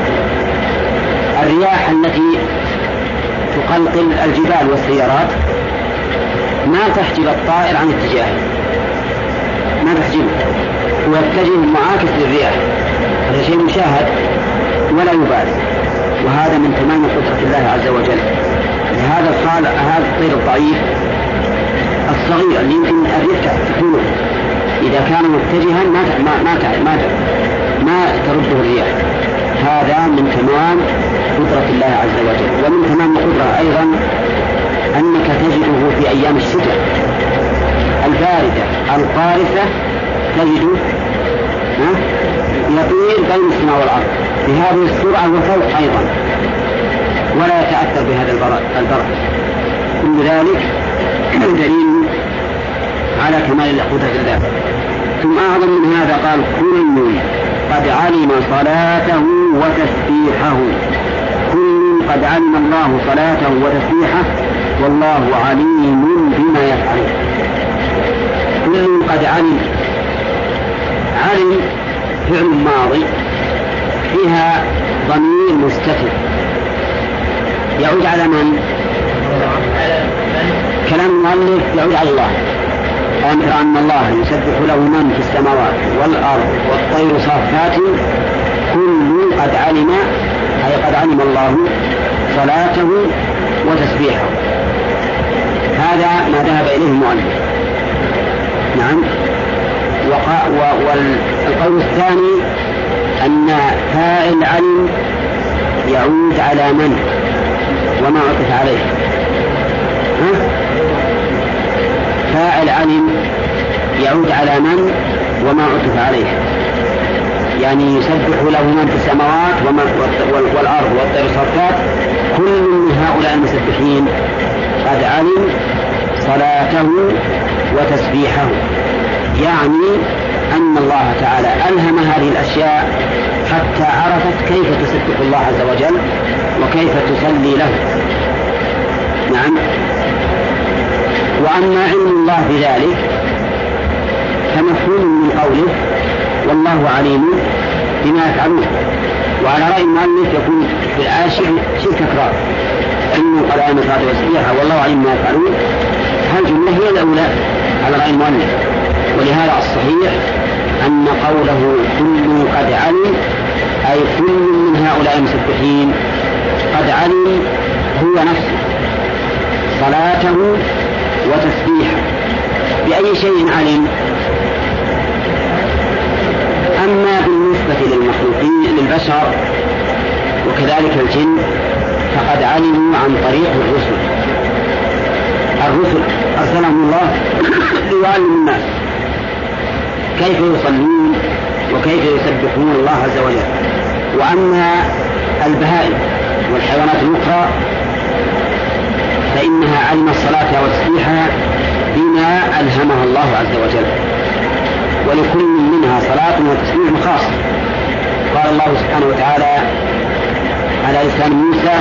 الرياح التي تقلقل الجبال والسيارات ما تحجب الطائر عن اتجاهه، ما تحجبه، ويتجه معاكس للرياح، هذا شيء مشاهد ولا يبالي، وهذا من تمام قدرة الله عز وجل. لهذا هذا الطير الضعيف الصغير اللي يمكن الريح تكونه إذا كان متجها ما ترده الرياح، هذا من تمام قدرة الله عز وجل. ومن تمام القدرة أيضا أنك تجده في أيام الشتاء الباردة القارسة، تجده يطير بين السماء والأرض بهذه السرعة وفوق أيضا، ولا يتأثر بهذا البرد. كل ذلك دليل على كمال قدرة الله. ثم أعظم من هذا قال كل قد علم صلاته وتسبيحه، كل قد علم الله صلاته وتسبيحه والله عليم بما يفعل. كل قد علم، علم فعل ماضي فيها ضمير مستتر يعود على من؟ كلام المؤلف يعود على الله. ألم تر أن الله يسبح له من في السماوات والأرض والطير صافات كل قد علم، أي قد علم الله صلاته وتسبيحه. هذا ما ذهب إليه المؤلف. نعم. والقول الثاني أن فاعل علم يعود على من وما عطف عليه. فاعل علم يعود على من وما عطف عليه، يعني يسبح له من في السماوات والأرض والطير صافات، كل من هؤلاء المسبحين قد علم صلاته وتسبيحه، يعني أن الله تعالى ألهم هذه الأشياء حتى عرفت كيف تسبح الله عز وجل وكيف تصلي له. نعم. وأما علم الله بذلك فمفهوم من قوله والله عليم بما يفعلون. وعلى رأي المؤلف يكون في الآية شيء تكرار، إنه قد علم صلاته وتسبيحه والله عليم بما يفعلون، هالجملة هي الأولى على رأي المؤلف. ولهذا الصحيح أن قوله كل قد علم أي كل من هؤلاء المسبحين قد علم هو نفسه صلاته وتسبيحه. بأي شيء علم؟ أما بالنسبة للمخلوقين للبشر وكذلك الجن فقد علموا عن طريق الرسل أرسلهم الله ليعلم الناس كيف يصلون وكيف يسبحون الله عز وجل. وأما البهائم والحيوانات الأخرى فإنها علمت صلاتها وتسبيحها بما ألهمها الله عز وجل، ولكل منها صلاة وتسبيح خاص. قال الله سبحانه وتعالى على لسان موسى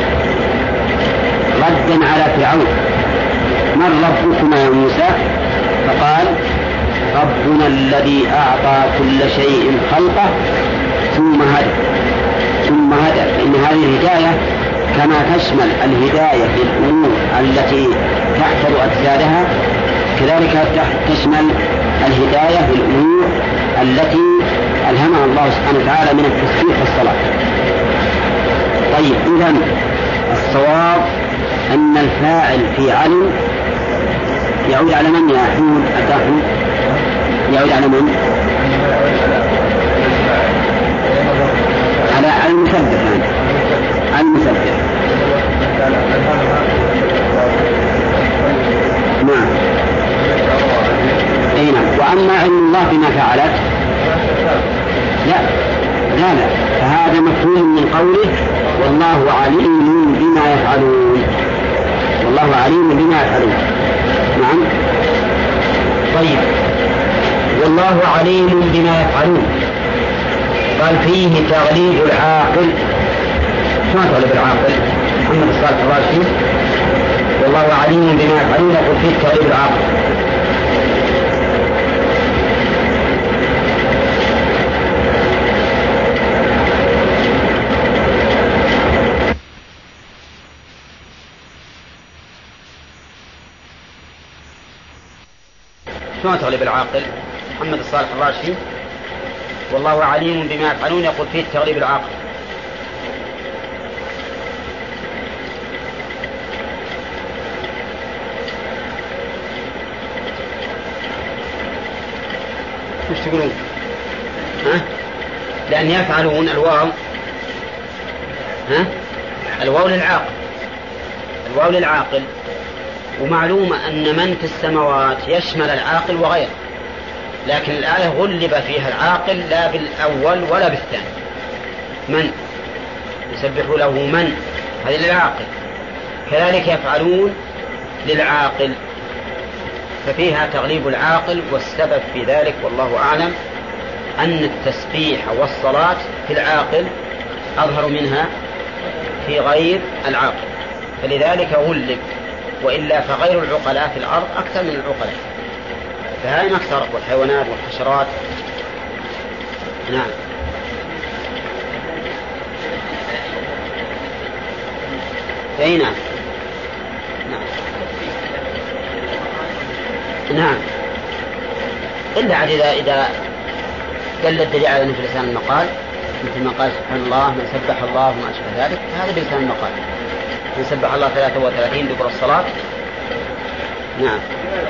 ردا على فرعون: من ربكما يا موسى؟ فقال: ربنا الذي أعطى كل شيء خلقه ثم هدى. فإن هذه الهداية كما تشمل الهداية في الأمور التي تحفظ أجسادها كذلك تشمل الهداية في الأمور التي ألهمها الله سبحانه وتعالى من التسبيح والصلاة. طيب، إذن الصواب أن الفاعل في علم يعود على من يا أحمد الداخل؟ يعود على من؟ على المسبح، يعني المسبح. نعم. أي نعم. وأما علم الله بما فعلت لا، فهذا مفهوم من قوله والله عليم بما يفعلون. والله عليم بما يفعلون. نعم. طيب، والله عليم بما يفعلون. قال فيه تغليب العاقل. شو تغليب العاقل؟ محمد الصالح الراشدي والله عليم بما يفعلون يقول فيه تغليب العاقل. شلون تغلب العاقل؟ محمد الصالح الراشدي والله عليم بما يفعلون يقول فيه تغليب العاقل. وش تقولون؟ ها؟ لأن يفعلون الواو الواو للعاقل، الواو للعاقل، ومعلوم أن من في السماوات يشمل العاقل وغيره، لكن الآية غلب فيها العاقل لا بالأول ولا بالثاني. من يسبح له من، هذا للعاقل، كذلك يفعلون للعاقل، ففيها تغليب العاقل. والسبب في ذلك والله أعلم أن التسبيح والصلاة في العاقل أظهر منها في غير العاقل، فلذلك غلب، وإلا فغير العقلاء في الأرض أكثر من العقلاء، فهذه أكثر، والحيوانات والحشرات. نعم. أي نعم. نعم. إلا عاد إذا دل الدليل على أنه في لسان المقال، مثل ما قال سبحان الله من سبح الله وما أشبه ذلك، فهذا بلسان المقال. من سبح الله 33 دبر الصلاة. نعم.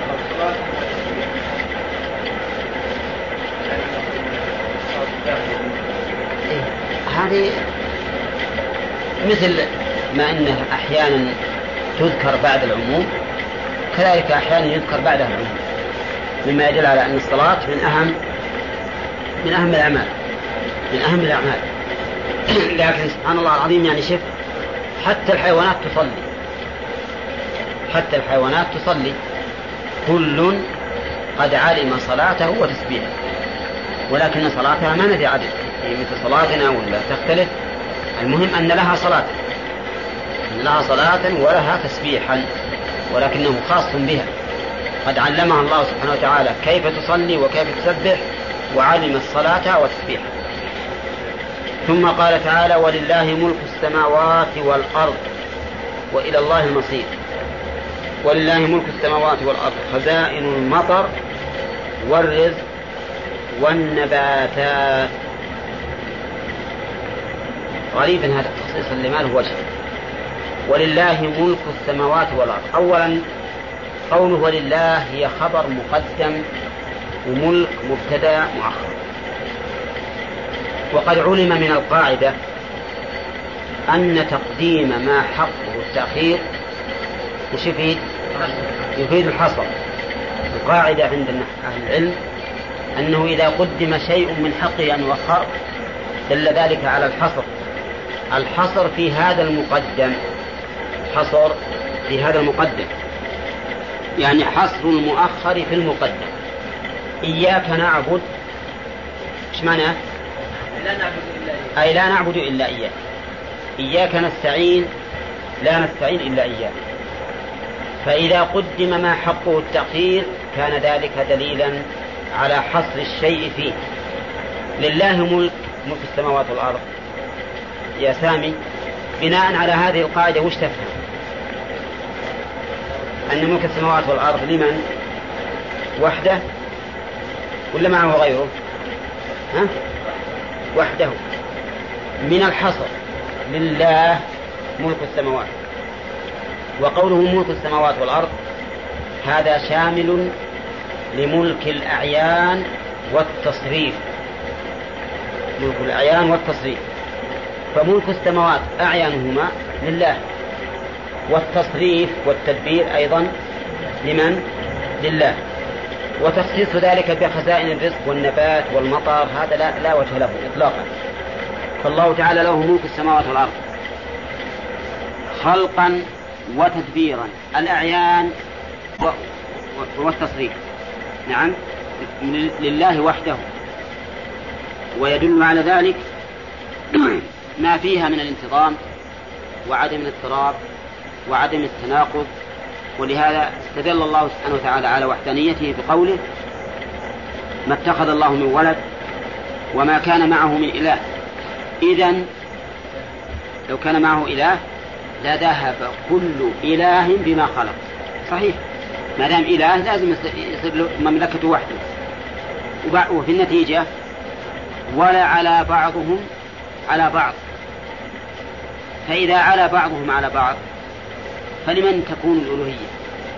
هذه مثل ما أنه أحيانا تذكر بعد العموم، كذلك أحيانا يذكر بعدها العموم، مما يدل على أن الصلاة من أهم الأعمال، من أهم الأعمال. لكن سبحان الله العظيم، يعني شف حتى الحيوانات تصلي، حتى الحيوانات تصلي، كل قد علم صلاته وتسبيحه، ولكن صلاتها ما ندري عدد، مثل صلاتنا ولا تختلف. المهم أن لها صلاة، أن لها صلاة ولها تسبيحا، ولكنه خاص بها، قد علمها الله سبحانه وتعالى كيف تصلي وكيف تسبح، وعلم الصلاة والتسبيح. ثم قال تعالى ولله ملك السماوات والأرض وإلى الله المصير. ولله ملك السماوات والأرض خزائن المطر والرزق والنباتات. غريبا هذا التخصيص اللي ما له وجه. ولله ملك السماوات والأرض، أولا قوله ولله هي خبر مقدم، وملك مبتدأ مؤخر. وقد علم من القاعدة أن تقديم ما حقه التأخير وش يفيد الحصر. القاعدة عند أهل العلم أنه إذا قدم شيء من حقه أن يؤخر دل ذلك على الحصر. الحصر في هذا المقدم، حصر في هذا المقدم، يعني حصر المؤخر في المقدم. إياك نعبد، إيش معناه؟ أي لا نعبد إلا إياك. إياك نستعين، لا نستعين إلا إياك. فإذا قدم ما حقه التأخير كان ذلك دليلا على حصر الشيء فيه. لله ملك السماوات والأرض. يا سامي، بناء على هذه القاعدة وش تفهم؟ أن ملك السماوات والأرض لمن؟ وحده ولا معه غيره؟ وحده. من الحصر لله ملك السماوات. وقوله ملك السماوات والأرض هذا شامل لملك الأعيان والتصريف، ملك الأعيان والتصريف. فملك السماوات أعيانهما لله، والتصريف والتدبير أيضا لمن؟ لله. وتخصيص ذلك بخزائن الرزق والنبات والمطر هذا لا وجه له إطلاقا. فالله تعالى له ملك السماوات والأرض خلقا وتدبيرا، الأعيان والتصريف. نعم. لله وحده. ويدل على ذلك ما فيها من الانتظام وعدم الاضطراب وعدم التناقض. ولهذا استدل الله سبحانه وتعالى على وحدانيته بقوله: ما اتخذ الله من ولد وما كان معه من إله. إذن لو كان معه إله لذهب كل إله بما خلق. صحيح، ما دام إله لازم يصير له مملكته وحده. وفي النتيجة ولا على بعضهم على بعض. فإذا على بعضهم على بعض فلمن تكون الألوهية؟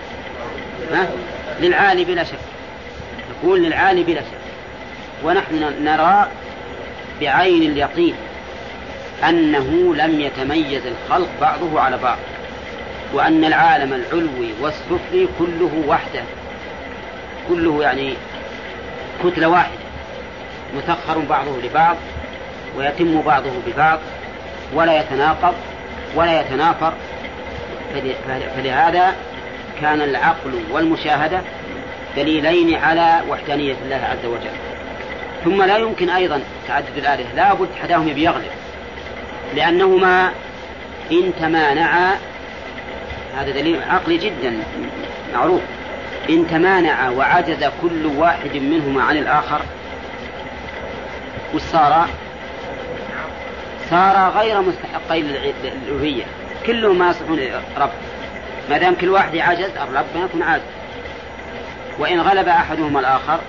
للعالي بلا شك، تكون للعالي بلا شك. ونحن نرى بعين اليقين أنه لم يتميز الخلق بعضه على بعض، وأن العالم العلوي والسفلي كله وحده، كله يعني كتلة واحدة، مسخر بعضه لبعض ويتم بعضه ببعض ولا يتناقض ولا يتنافر. فلهذا كان العقل والمشاهدة دليلين على وحدانية الله عز وجل. ثم لا يمكن أيضا تعدد الآلهة، لا بد حداهم بيغلب، لأنهما إن تمانعا، هذا دليل عقلي جدا معروف، إن تمانعا وعجز كل واحد منهما عن الآخر صار غير مستحقين للألوهية، كلهم ما يصلحون رب. ما دام كل واحد عجز الرب ما يكون عاجز. وإن غلب أحدهما الآخر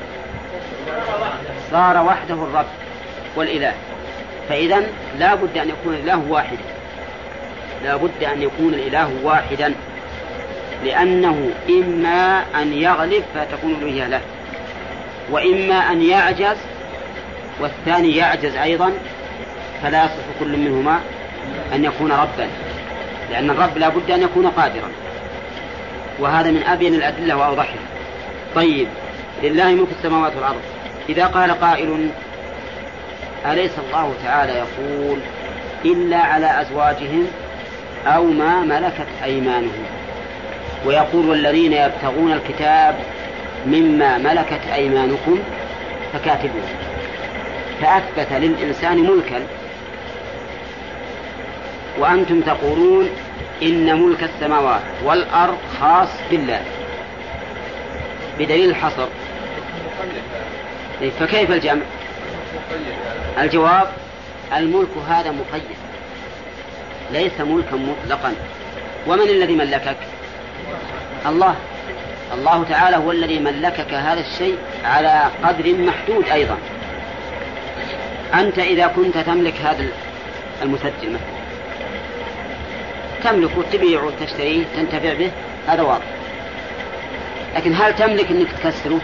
صار وحده الرب والإله. فإذا لا بد أن يكون الإله واحدا، لا بد أن يكون الإله واحدا، لأنه إما أن يغلب فتكون الألوهية له، وإما أن يعجز والثاني يعجز أيضا، فلا يصح كل منهما أن يكون ربا، لأن الرب لا بد أن يكون قادرا. وهذا من أبين الأدلة وأوضحها. طيب، لله ملك السماوات والأرض. إذا قال قائل: أليس الله تعالى يقول إلا على أزواجهم أو ما ملكت أيمانهم، ويقول: والذين يبتغون الكتاب مما ملكت أيمانكم فكاتبوه، فأثبت للإنسان ملكا، وأنتم تقولون إن ملك السماوات والأرض خاص بالله بدليل الحصر. فكيف الجمع؟ الجواب: الملك هذا مقيد، ليس ملكا مطلقا. ومن الذي ملكك؟ الله تعالى هو الذي ملكك هذا الشيء على قدر محدود. أيضا أنت إذا كنت تملك هذا المسجل مثلا، تملك وتبيع وتشتريه تنتفع به، هذا واضح. لكن هل تملك أنك تكسره؟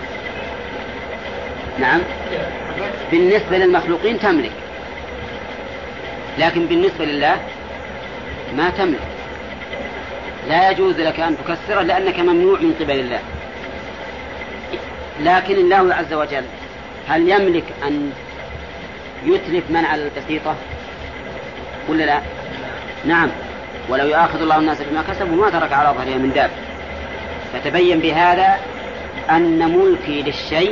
نعم، بالنسبة للمخلوقين تملك، لكن بالنسبة لله ما تملك. لا يجوز لك أن تكسره لأنك ممنوع من قبل الله. لكن الله عز وجل هل يملك أن يتلف من على البسيطة ولا لا؟ نعم، ولو يؤاخذ الله الناس بما كسبوا ما ترك على ظهرها من دابة. فتبين بهذا أن ملكي للشيء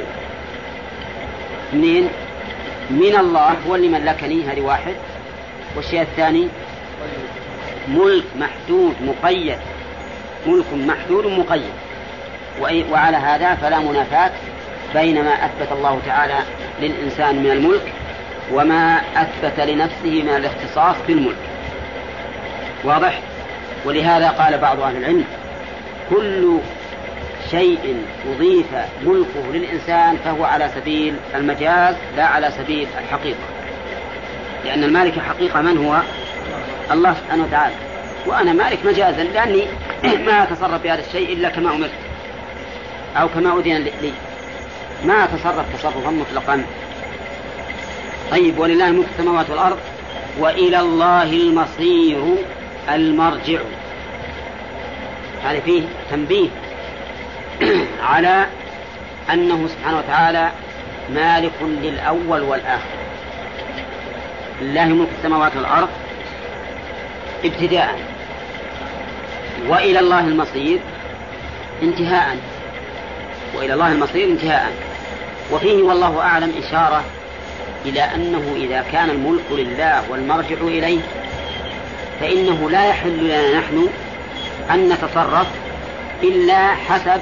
من الله، هو اللي ملكني، هذه واحد. والشيء الثاني ملك محدود مقيد، ملك محدود مقيد. وعلى هذا فلا منافاة بين ما أثبت الله تعالى للإنسان من الملك وما أثبت لنفسه من الاختصاص بالملك. واضح؟ ولهذا قال بعض أهل العلم: كل شيء أضيف ملكه للإنسان فهو على سبيل المجاز لا على سبيل الحقيقة، لأن المالك حقيقة من هو؟ الله سبحانه وتعالى. وأنا مالك مجازا لأني ما أتصرف بهذا الشيء إلا كما أمرت أو كما أذن لي، ما أتصرف تصرفا مطلقا. طيب، ولله ملك السماوات والأرض وإلى الله المصير المرجع. هذا فيه تنبيه على أنه سبحانه وتعالى مالك للأول والآخر. لله ملك السماوات والأرض ابتداء، وإلى الله المصير انتهاء. وإلى الله المصير انتهاء. وفيه والله أعلم إشارة إلى أنه إذا كان الملك لله والمرجع إليه فإنه لا يحل لنا نحن أن نتصرف إلا حسب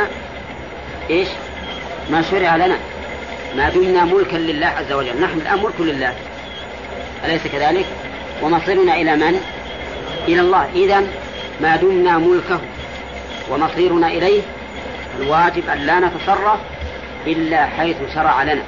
ما شرع لنا، ما دمنا ملكا لله عز وجل. نحن الآن ملك لله، أليس كذلك؟ ومصيرنا إلى من؟ إلى الله. إذن ما دمنا ملكه ومصيرنا إليه الواجب أن لا نتصرف إلا حيث شرع لنا،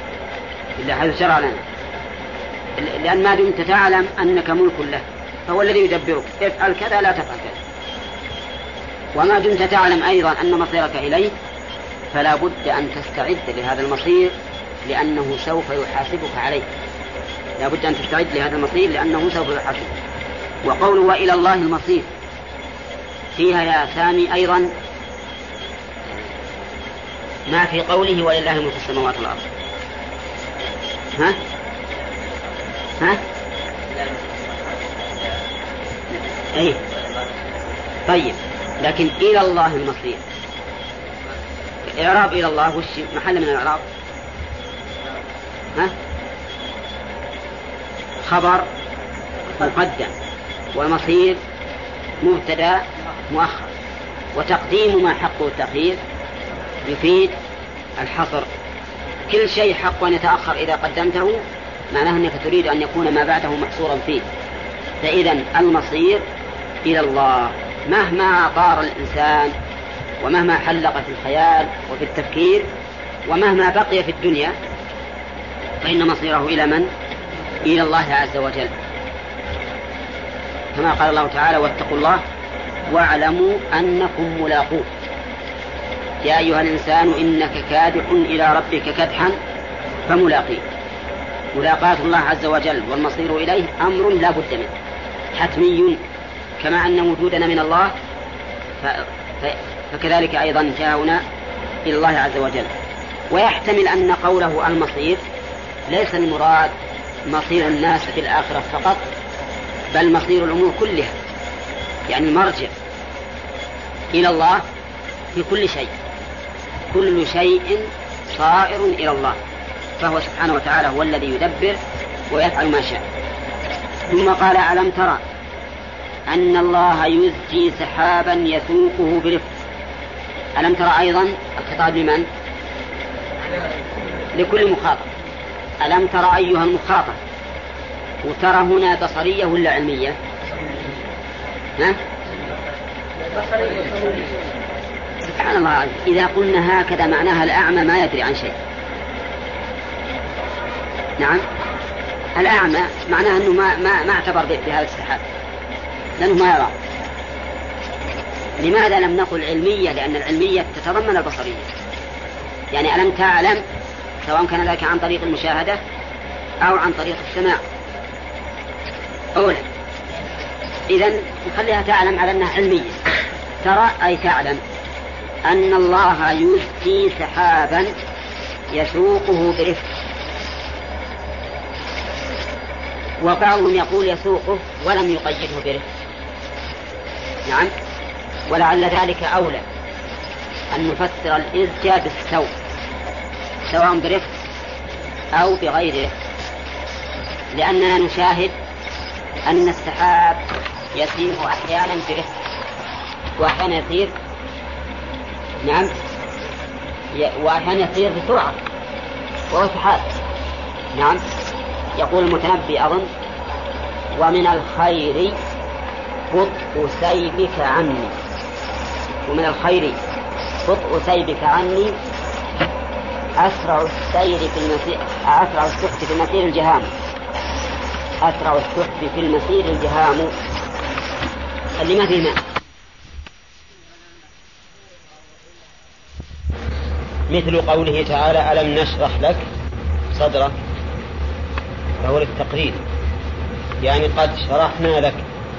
لأن ما دمت تعلم أنك ملك له فهو الذي يدبرك، افعل كذا لا تفعل كذا. وما دمت تعلم أيضا أن مصيرك إليه فلا بد أن تستعد لهذا المصير لأنه سوف يحاسبك عليه. لا بد أن تستعد لهذا المصير لأنه سوف يحاسبك. وقوله وإلى الله المصير فيها يا سامي أيضا ما في قوله ولله ملك السماوات والأرض. ها؟ أي طيب، لكن إلى الله المصير إعراب إلى الله وش محل من الإعراب؟ خبر مقدم والمصير مبتدأ مؤخر، وتقديم ما حقه التأخير يفيد الحصر. كل شيء حق أن يتأخر إذا قدمته معناه أنك تريد أن يكون ما بعده محصورا فيه. فإذا المصير إلى الله مهما طار الإنسان ومهما حلق في الخيال وفي التفكير ومهما بقي في الدنيا فإن مصيره إلى من؟ إلى الله عز وجل، كما قال الله تعالى واتقوا الله واعلموا أنكم ملاقوه يا أيها الإنسان إنك كادح إلى ربك كدحا فملاقيه. ملاقاة الله عز وجل والمصير إليه أمر لا بد منه حتمي، كما أن وجودنا من الله فكذلك أيضا جاءنا إلى الله عز وجل. ويحتمل أن قوله المصير ليس المراد مصير الناس في الآخرة فقط، بل مصير الأمور كلها، يعني المرجع إلى الله في كل شيء، كل شيء صائر إلى الله، فهو سبحانه وتعالى هو الذي يدبر ويفعل ما شاء. ثم قال ألم ترى أن الله يزجي سحابا يسوقه برفق. ألم ترى أيضا الخطاب لمن؟ لكل مخاطب. ألم ترى أيها المخاطب، وترى هنا بصرية ولا علمية؟ سبحان الله، إذا قلنا هكذا معناها الأعمى ما يدري عن شيء. نعم، الأعمى معناها أنه ما اعتبر بهذا السحاب لأنه ما يرى. لماذا لم نقل علمية؟ لأن العلمية تتضمن البصرية، يعني ألم تعلم، سواء كان ذلك عن طريق المشاهدة أو عن طريق السماع أولا. إذن نخليها تعلم على أنها علمية. ترى أي تعلم أن الله يزجي سحابا يسوقه برفق. وبعضهم يقول يسوقه ولم يقيده برفق. نعم، ولعل ذلك أولى أن نفسر الإزجاء بالسوق سواء برفق أو بغير رفق، لأننا نشاهد أن السحاب يسير أحيانا برفق وأحيانا يسير وأحيانا يسير بسرعة وهو سحاب. نعم، يقول المتنبي أظن ومن الخير بطء سيبك عني، ومن الخير بطء سيبك عني أسرع السحب في المسير الجهام. أسرع السحب في المسير الجهام اللي ما فيه ماء. مثل قوله تعالى ألم نشرح لك صدرك، فهو للتقرير، يعني قد شرحنا لك.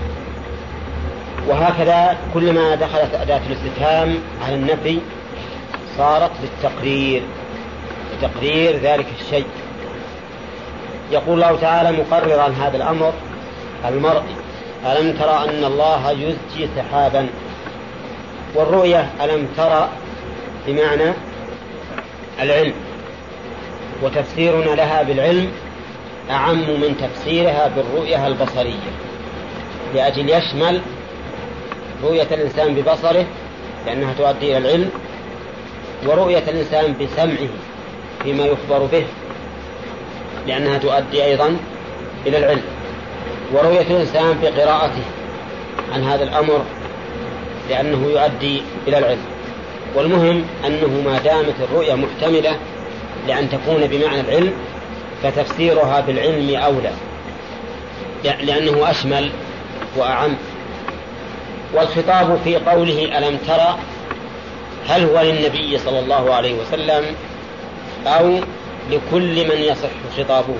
وهكذا كلما دخلت أداة الاستفهام على النفي صارت للتقرير، تقرير ذلك الشيء. يقول الله تعالى مقررا هذا الأمر المرئي ألم ترى أن الله يزجي سحابا. والرؤية ألم ترى بمعنى العلم، وتفسيرنا لها بالعلم أعم من تفسيرها بالرؤية البصرية، لأجل يشمل رؤية الإنسان ببصره لأنها تؤدي إلى العلم، ورؤية الإنسان بسمعه فيما يخبر به لأنها تؤدي أيضا إلى العلم، ورؤية الإنسان بقراءته عن هذا الأمر لأنه يؤدي إلى العلم. والمهم أنه ما دامت الرؤية محتملة لأن تكون بمعنى العلم فتفسيرها بالعلم أولى لأنه أشمل وأعم. والخطاب في قوله ألم ترى هل هو للنبي صلى الله عليه وسلم أو لكل من يصح خطابه؟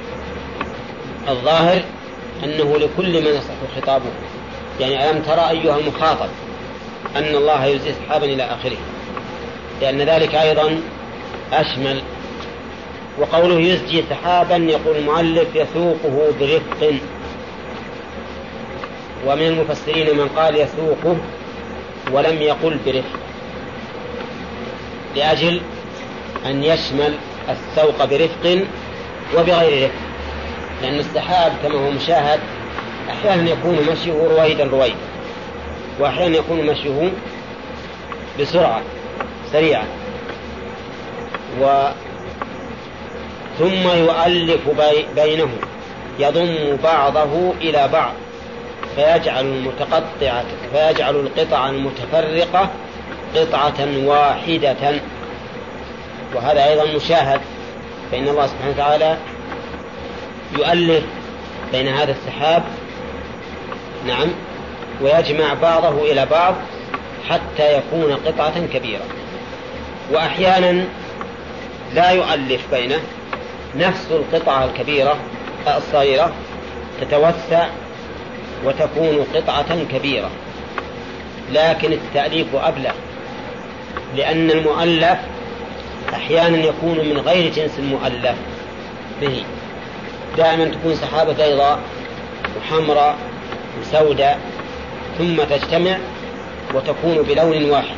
الظاهر أنه لكل من يصح خطابه، يعني ألم ترى أيها المخاطب أن الله يزجي سحابا إلى آخره، لأن ذلك أيضا أشمل. وقوله يزجي سحابا يقول المؤلف يسوقه برفق، ومن المفسرين من قال يسوقه ولم يقل برفق لأجل أن يشمل السوق برفق وبغير رفق، لأن السحاب كما هو مشاهد أحيانا يكون مشيه رويدا وأحيانا يكون مشيه بسرعة سريعة، ثم يؤلف بينه يضم بعضه إلى بعض فيجعل القطع المتفرقة قطعة واحدة، وهذا أيضا مشاهد، فإن الله سبحانه وتعالى يؤلف بين هذا السحاب نعم ويجمع بعضه إلى بعض حتى يكون قطعة كبيرة. وأحيانا لا يؤلف بينه، نفس القطعة الكبيرة الصغيرة تتوسع وتكون قطعة كبيرة، لكن التأليف أبلغ، لأن المؤلف أحيانا يكون من غير جنس المؤلف به، دائما تكون سحابة بيضاء وحمراء وسوداء ثم تجتمع وتكون بلون واحد،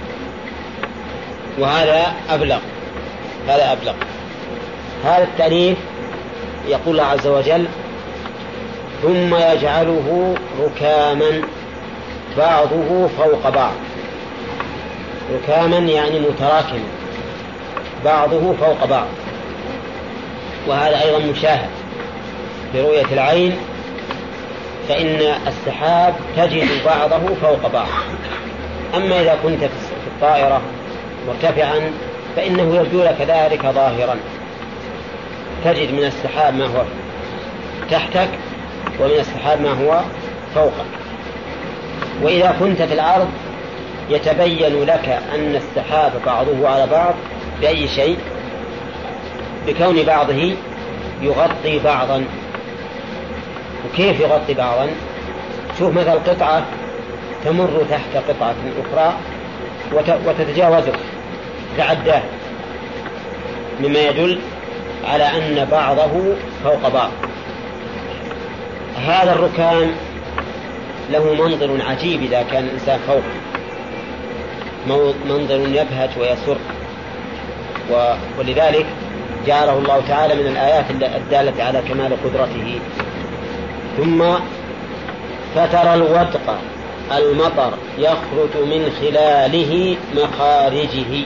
وهذا أبلغ. هذا التأليف يقول الله عز وجل ثم يجعله ركاما بعضه فوق بعض، ركاما يعني متراكما بعضه فوق بعض، وهذا أيضا مشاهد برؤية العين، فإن السحاب تجد بعضه فوق بعض. أما إذا كنت في الطائرة مرتفعا فإنه يبدو لك ذلك ظاهرا، تجد من السحاب ما هو تحتك ومن السحاب ما هو فوقك. وإذا كنت في الأرض يتبين لك أن السحاب بعضه على بعض بأي شيء؟ بكون بعضه يغطي بعضا. وكيف يغطي بعضا؟ شوف مثل قطعة تمر تحت قطعة أخرى وتتجاوزه تعداه، مما يدل على أن بعضه فوق بعض. هذا الركام له منظر عجيب إذا كان الإنسان فوق، منظر يبهج ويسر، ولذلك جعله الله تعالى من الآيات الدالة على كمال قدرته. ثم فترى الودق المطر يخرج من خلاله مخارجه.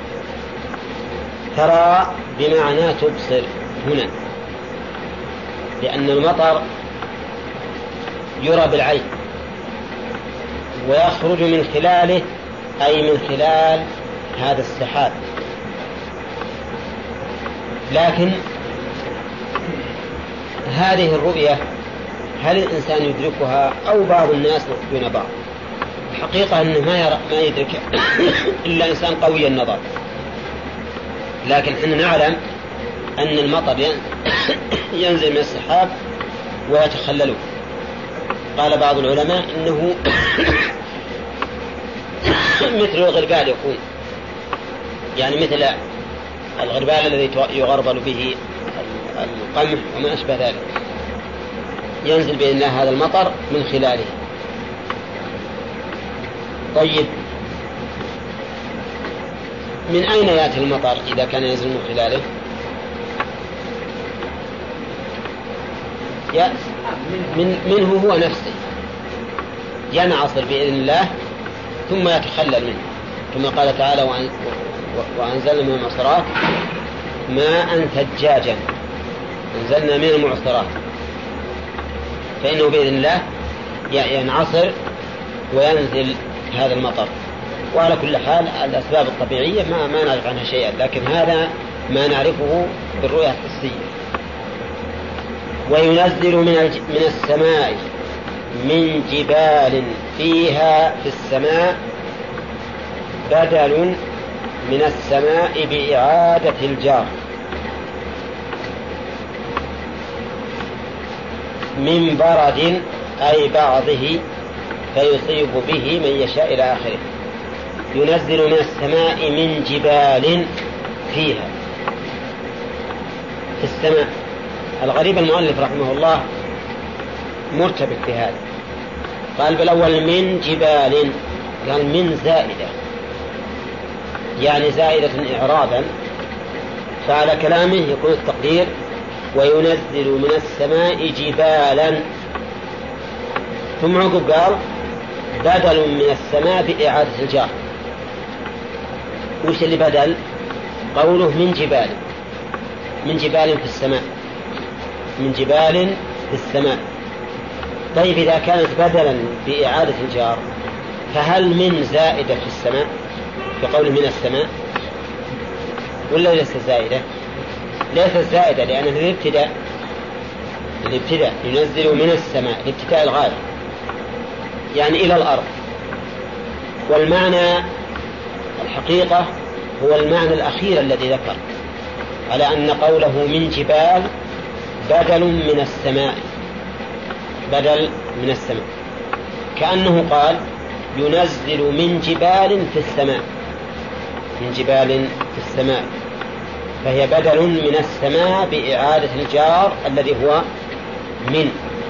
ترى بمعنى تبصر هنا، لأن المطر يرى بالعين، ويخرج من خلاله أي من خلال هذا السحاب. لكن هذه الرؤية هل الإنسان يدركها أو بعض الناس دون بعض؟ الحقيقة أنه ما يدرك إلا إنسان قوي النظر، لكن حنا نعلم أن المطر ينزل من السحاب ويتخلله. قال بعض العلماء إنه مثل الغربال يكون، يعني مثل الغربال الذي يغربل به القمح وما أشبه ذلك، ينزل بإذن الله هذا المطر من خلاله. طيب، من أين يأتي المطر إذا كان ينزل من خلاله؟ منه هو نفسه ينعصر بإذن الله ثم يتخلل منه، كما قال تعالى وأنزلنا من المعصرات ماء ثجاجا، أنزلنا من المعصرات، فإنه بإذن الله ينعصر وينزل هذا المطر. وعلى كل حال الأسباب الطبيعية ما نعرف عنها شيئا، لكن هذا ما نعرفه بالرؤية الحسية. وينزل من السماء من جبال فيها في السماء بدل من السماء بإعادة الجار، من برد أي بعضه فيصيب به من يشاء إلى آخره. ينزل من السماء من جبال فيها في السماء. الغريب المؤلف رحمه الله مرتبط في هذا، قال بالأول من جبال، قال من زائدة، يعني زائدة إعرابا، فعلى كلامه يكون التقدير وينزل من السماء جبالا، ثم عقب قال بدل من السماء بإعادة الجار. وش اللي بدل؟ قوله من جبال، من جبال في السماء، من جبال في السماء. طيب إذا كانت بدلا بإعادة الجار فهل من زائدة في السماء في قوله من السماء ولا ليست زائدة؟ ليست زائدة، لأن الابتداء ينزل من السماء الابتداء الغاية، يعني إلى الأرض. والمعنى الحقيقة هو المعنى الأخير الذي ذكر، على أن قوله من جبال بدل من السماء، بدل من السماء، كأنه قال ينزل من جبال في السماء، من جبال في السماء، فهي بدل من السماء بإعادة الجار الذي هو من،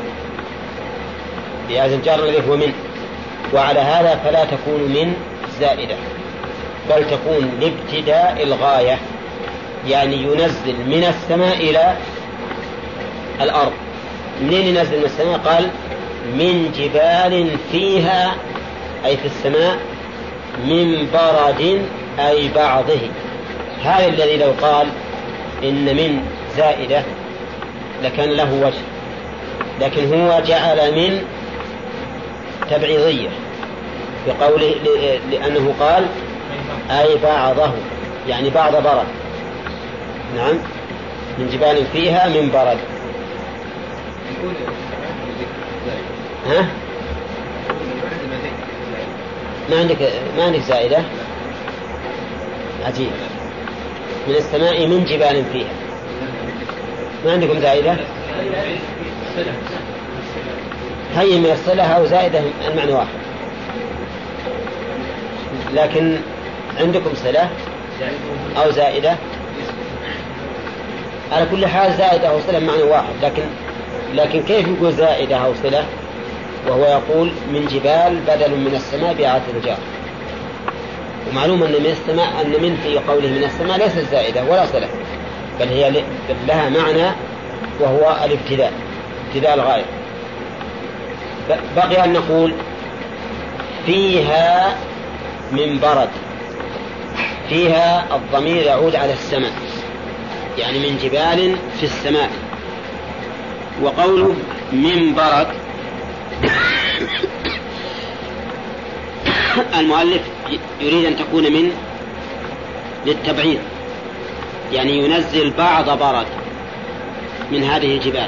بإعادة الجار الذي هو من. وعلى هذا فلا تكون من زائدة، بل تكون لابتداء الغاية، يعني ينزل من السماء إلى الأرض. منين ينزل من السماء؟ قال من جبال فيها أي في السماء، من برد أي بعضه. هذا الذي لو قال إن من زائدة لكان له وجه، لكن هو جعل من تبعيضية بقوله، لأنه قال أي بعضه، يعني بعض برد. نعم، من جبال فيها من برد. ها؟ ما عندك زائدة؟ عجيب. من السماء من جبال فيها، ما عندكم زائدة؟ هي من الصلة أو زائدة المعنى واحد، لكن عندكم صلة أو زائدة. على كل حال زائدة أو صلة معنى واحد، لكن كيف يقول زائدة أو صلة وهو يقول من جبال بدل من السماء بإعادة الجار؟ ومعلوم أن من السماء، أن من في قوله من السماء ليست زائدة ولا صلة، بل هي لها معنى وهو الابتداء، ابتداء الغاية. بقي أن نقول فيها من برد، فيها الضمير يعود على السماء، يعني من جبال في السماء. وقوله من برد المؤلف يريد أن تكون من للتبعيض، يعني ينزل بعض برد من هذه الجبال.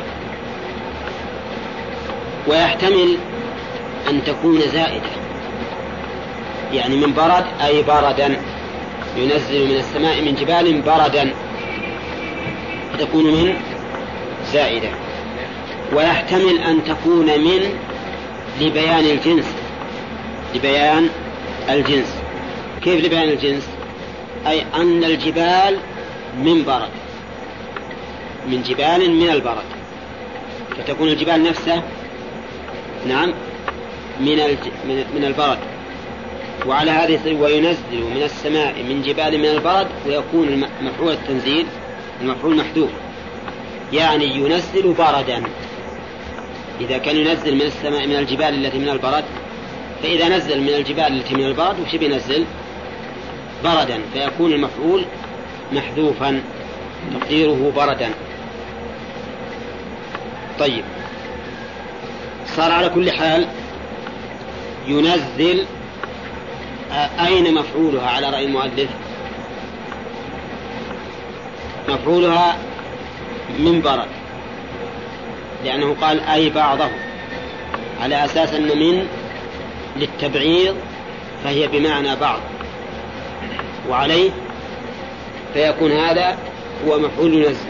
ويحتمل أن تكون زائدة، يعني من برد أي بردا، ينزل من السماء من جبال بردا، فتكون من زائدة. ويحتمل أن تكون من لبيان الجنس، لبيان الجنس. كيف لبيان الجنس؟ أي أن الجبال من برد، من جبال من البرد، فتكون الجبال نفسها نعم من البرد. وعلى هذا يصير وينزل من السماء من جبال من البرد، ويكون مفعول التنزيل المفعول محذوف، يعني ينزل بردا. إذا كان ينزل من السماء من الجبال التي من البرد، فإذا نزل من الجبال التي من البرد وش بينزل؟ بردا، فيكون المفعول محذوفا تقديره بردا. طيب، صار على كل حال ينزل، أين مفعولها على رأي المؤلف؟ مفعولها من برد، لأنه قال أي بعضه، على أساس أن من للتبعيض فهي بمعنى بعض، وعليه فيكون هذا هو مفعول ينزل.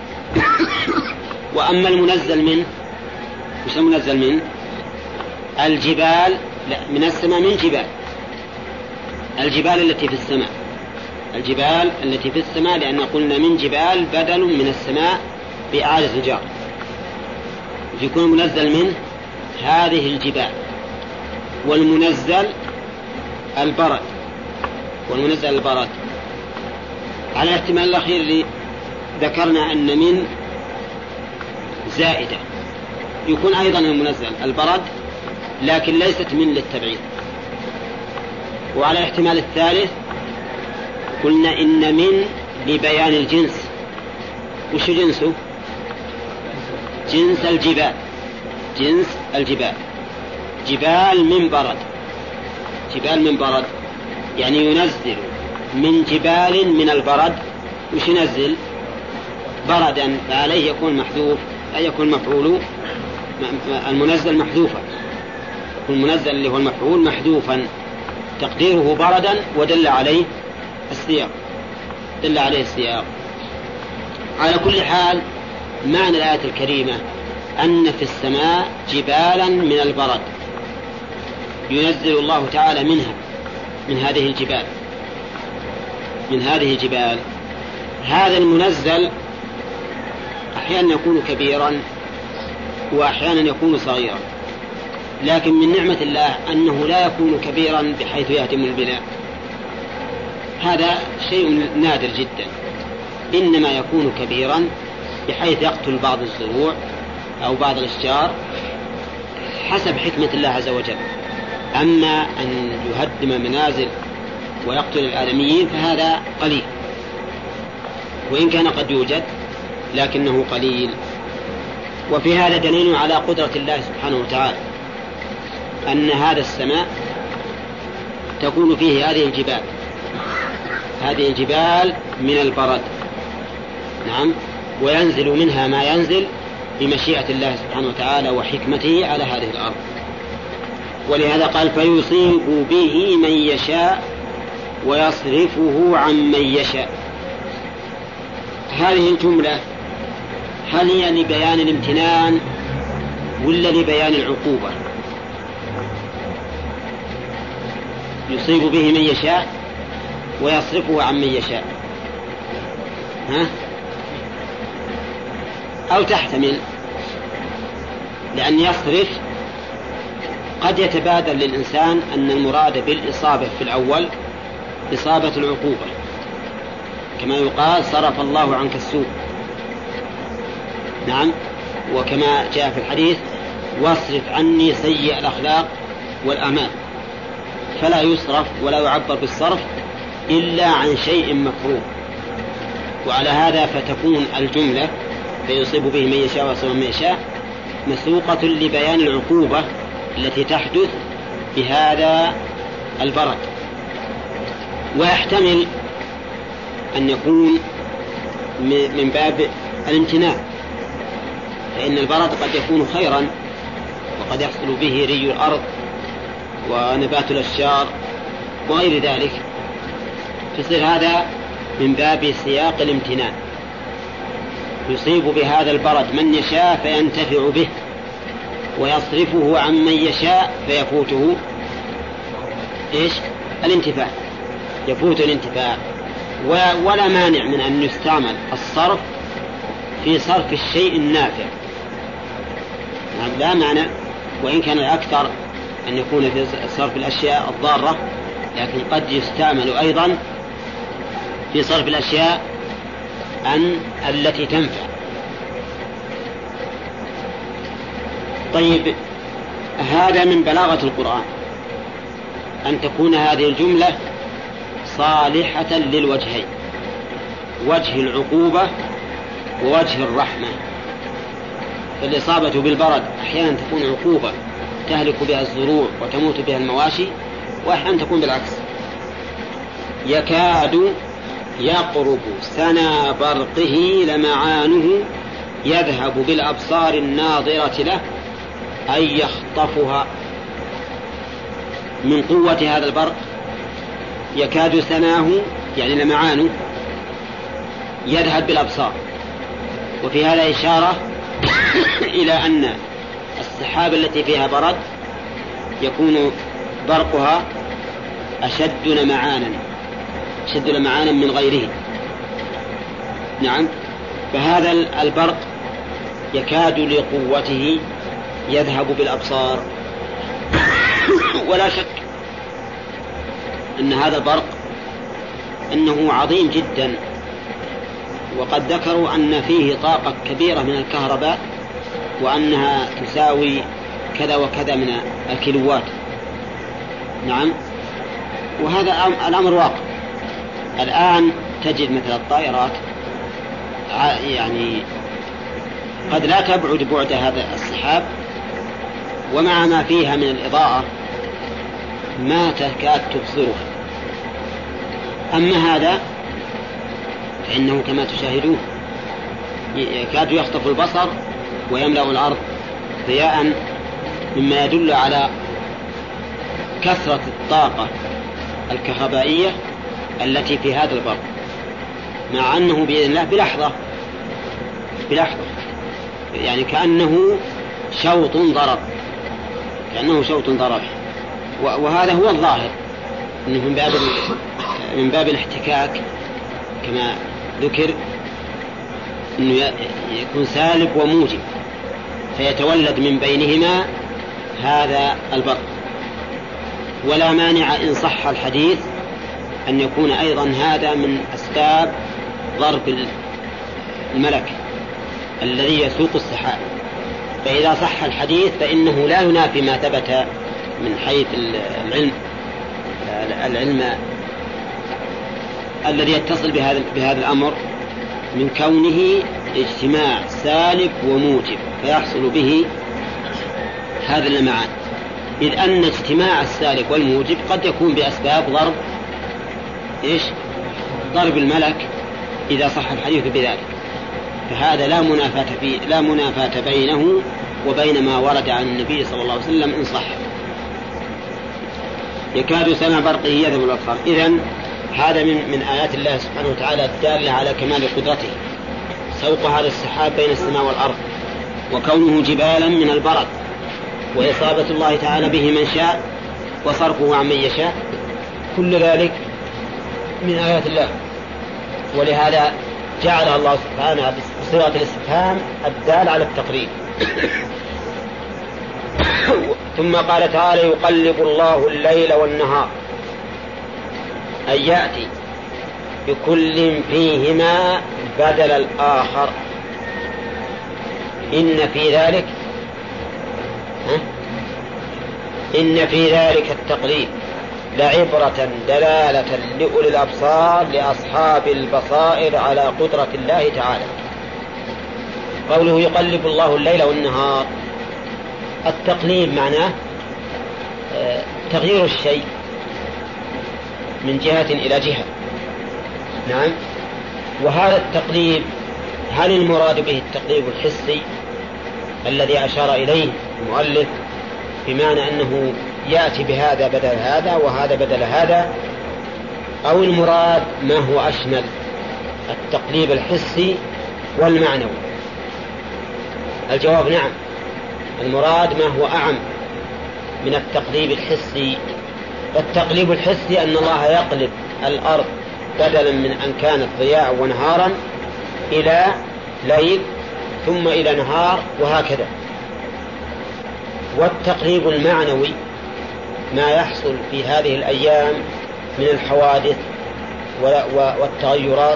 وأما المنزل منه، وش المنزل منه؟ الجبال، لا، من السماء، من جبال، الجبال التي في السماء، الجبال التي في السماء، لأن قلنا من جبال بدل من السماء بإعادة الجار، يكون منزل منه هذه الجبال. والمنزل البرد، والمنزل البرد على الاحتمال الأخير اللي ذكرنا أن من زائدة، يكون أيضا المنزل البرد لكن ليست من للتبعيد. وعلى الاحتمال الثالث قلنا إن من لبيان الجنس. وش جنسه؟ جنس الجبال، جنس الجبال، جبال من برد، جبال من برد، يعني ينزل من جبال من البرد، وش ينزل؟ بردا، فعليه يكون محذوف، أي يكون مفعول المنزل محذوفا، المنزل اللي هو المفعول محذوفا تقديره بردا، ودل عليه السياق، دل عليه السياق. على كل حال معنى الآية الكريمة أن في السماء جبالا من البرد ينزل الله تعالى منها، من هذه الجبال، من هذه الجبال. هذا المنزل أحيانا يكون كبيرا وأحيانا يكون صغيرا، لكن من نعمة الله أنه لا يكون كبيرا بحيث يهدم البناء، هذا شيء نادر جدا، إنما يكون كبيرا بحيث يقتل بعض الزروع أو بعض الأشجار حسب حكمة الله عز وجل. أما أن يهدم منازل ويقتل الآدميين فهذا قليل، وإن كان قد يوجد لكنه قليل. وفي هذا دليل على قدرة الله سبحانه وتعالى، أن هذا السماء تكون فيه هذه الجبال، هذه الجبال من البرد، نعم، وينزل منها ما ينزل بمشيئة الله سبحانه وتعالى وحكمته على هذه الأرض. ولهذا قال فيصيب به من يشاء ويصرفه عن من يشاء. هذه الجملة هل هي لبيان الامتنان ولا لبيان العقوبة؟ يصيب به من يشاء ويصرفه عن من يشاء، ها؟ أو تحتمل، لأن يصرف قد يتبادل للإنسان أن المراد بالإصابة في الأول إصابة العقوبة، كما يقال صرف الله عنك السوء، نعم، وكما جاء في الحديث واصرف عني سيء الأخلاق والأعمال، فلا يصرف ولا يعبر بالصرف إلا عن شيء مكروه. وعلى هذا فتكون الجملة فيصيب به من يشاء ويصرف من يشاء مسوقة لبيان العقوبة التي تحدث بهذا البرد. ويحتمل أن يكون من باب الامتناع، فإن البرد قد يكون خيرا وقد يحصل به ري الأرض ونبات الأشجار وغير ذلك، فيصير هذا من باب سياق الامتنان، يصيب بهذا البرد من يشاء فينتفع به، ويصرفه عن من يشاء فيفوته إيش؟ الانتفاع، يفوت الانتفاع. ولا مانع من أن يستعمل الصرف في صرف الشيء النافع، لا معنى، وإن كان الأكثر أن يكون في صرف الأشياء الضارة لكن قد يستعمل أيضا في صرف الأشياء التي تنفع. طيب، هذا من بلاغة القرآن أن تكون هذه الجملة صالحة للوجهين، وجه العقوبة ووجه الرحمة. فالإصابة بالبرد أحيانا تكون عقوبة تهلك بها الزروع وتموت بها المواشي، وأحيانا تكون بالعكس. يكاد يقرب سنا برقه لمعانه يذهب بالأبصار الناظرة له أي يخطفها. من قوة هذا البرق يكاد سناه يعني لمعانه يذهب بالأبصار. وفي هذا إشارة إلى أن السحاب التي فيها برد يكون برقها أشد لمعانا من غيره. نعم، فهذا البرق يكاد لقوته يذهب بالأبصار. ولا شك أن هذا البرق إنه عظيم جدا، وقد ذكروا أن فيه طاقة كبيرة من الكهرباء وأنها تساوي كذا وكذا من الكيلوات. نعم، وهذا الأمر واقع. الآن تجد مثل الطائرات يعني قد لا تبعد بعد هذا السحاب، ومع ما فيها من الإضاءة ما تكاد تبصرها. أما هذا فإنه كما تشاهدون يكاد يخطف البصر ويملأ الأرض ضياء، مما يدل على كثرة الطاقة الكهربائية التي في هذا البرق، مع أنه بإذن الله بلحظة يعني كأنه شوط ضرب، وهذا هو الظاهر أنه من باب الاحتكاك كما ذكر، أنه يكون سالب وموجب فيتولد من بينهما هذا البرق. ولا مانع إن صح الحديث أن يكون أيضا هذا من أسباب ضرب الملك الذي يسوق السحاب. فإذا صح الحديث فإنه لا ينافي ما ثبت من حيث العلم الذي يتصل بهذا الأمر من كونه اجتماع سالب وموجب فيحصل به هذا اللمعان، إذ أن اجتماع السالب والموجب قد يكون بأسباب ضرب الملك إذا صح الحديث بذلك. فهذا لا منافاة بينه وبين ما ورد عن النبي صلى الله عليه وسلم إن صح. يكاد سنا برقه يذهب بالأبصار. إذن هذا من آيات الله سبحانه وتعالى الدالة على كمال قدرته، سوق هذا السحاب بين السماء والأرض، وكونه جبالا من البرد، وإصابة الله تعالى به من شاء وصرفه عن من يشاء، كل ذلك من آيات الله. ولهذا جعل الله سبحانه بصيغة الاستفهام الدال على التقريب. ثم قال تعالى: يقلب الله الليل والنهار، أي يأتي بكل فيهما بدل الآخر. إن في ذلك التقليب لعبرة دلالة لأولي الأبصار لأصحاب البصائر على قدرة الله تعالى. قوله يقلب الله الليل والنهار، التقليب معناه تغيير الشيء من جهة إلى جهة. نعم، وهذا التقليب هل المراد به التقليب الحسي الذي أشار إليه المؤلف بمعنى أنه يأتي بهذا بدل هذا وهذا بدل هذا، أو المراد ما هو أشمل التقليب الحسي والمعنوي؟ الجواب نعم، المراد ما هو أعم من التقليب الحسي. التقليب الحسي أن الله يقلب الأرض بدلا من أن كانت ضياء ونهارا إلى ليل ثم إلى نهار وهكذا. والتقليب المعنوي ما يحصل في هذه الأيام من الحوادث والتغيرات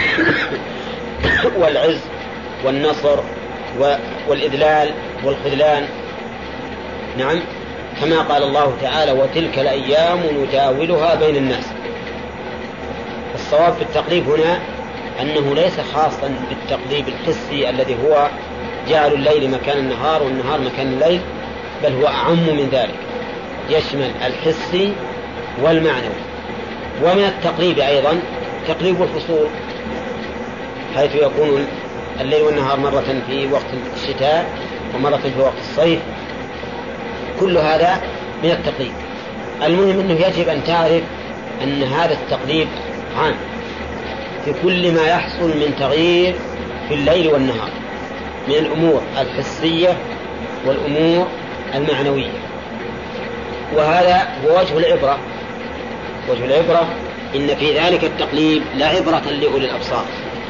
والعز والنصر والإذلال والخذلان. نعم، كما قال الله تعالى: وتلك الأيام نداولها بين الناس. الصواب في التقليب هنا أنه ليس خاصا بالتقليب الحسي الذي هو جعل الليل مكان النهار والنهار مكان الليل، بل هو أعم من ذلك، يشمل الحسي والمعنوي. ومن التقليب أيضا تقليب الفصول، حيث يكون الليل والنهار مرة في وقت الشتاء ومرة في وقت الصيف. كل هذا من التقليب. المهم أنه يجب أن تعرف أن هذا التقليب عام في كل ما يحصل من تغيير في الليل والنهار من الأمور الحسية والأمور المعنوية. وهذا هو وجه العبرة. وجه العبرة إن في ذلك التقليب لعبرة لأولي الأبصار.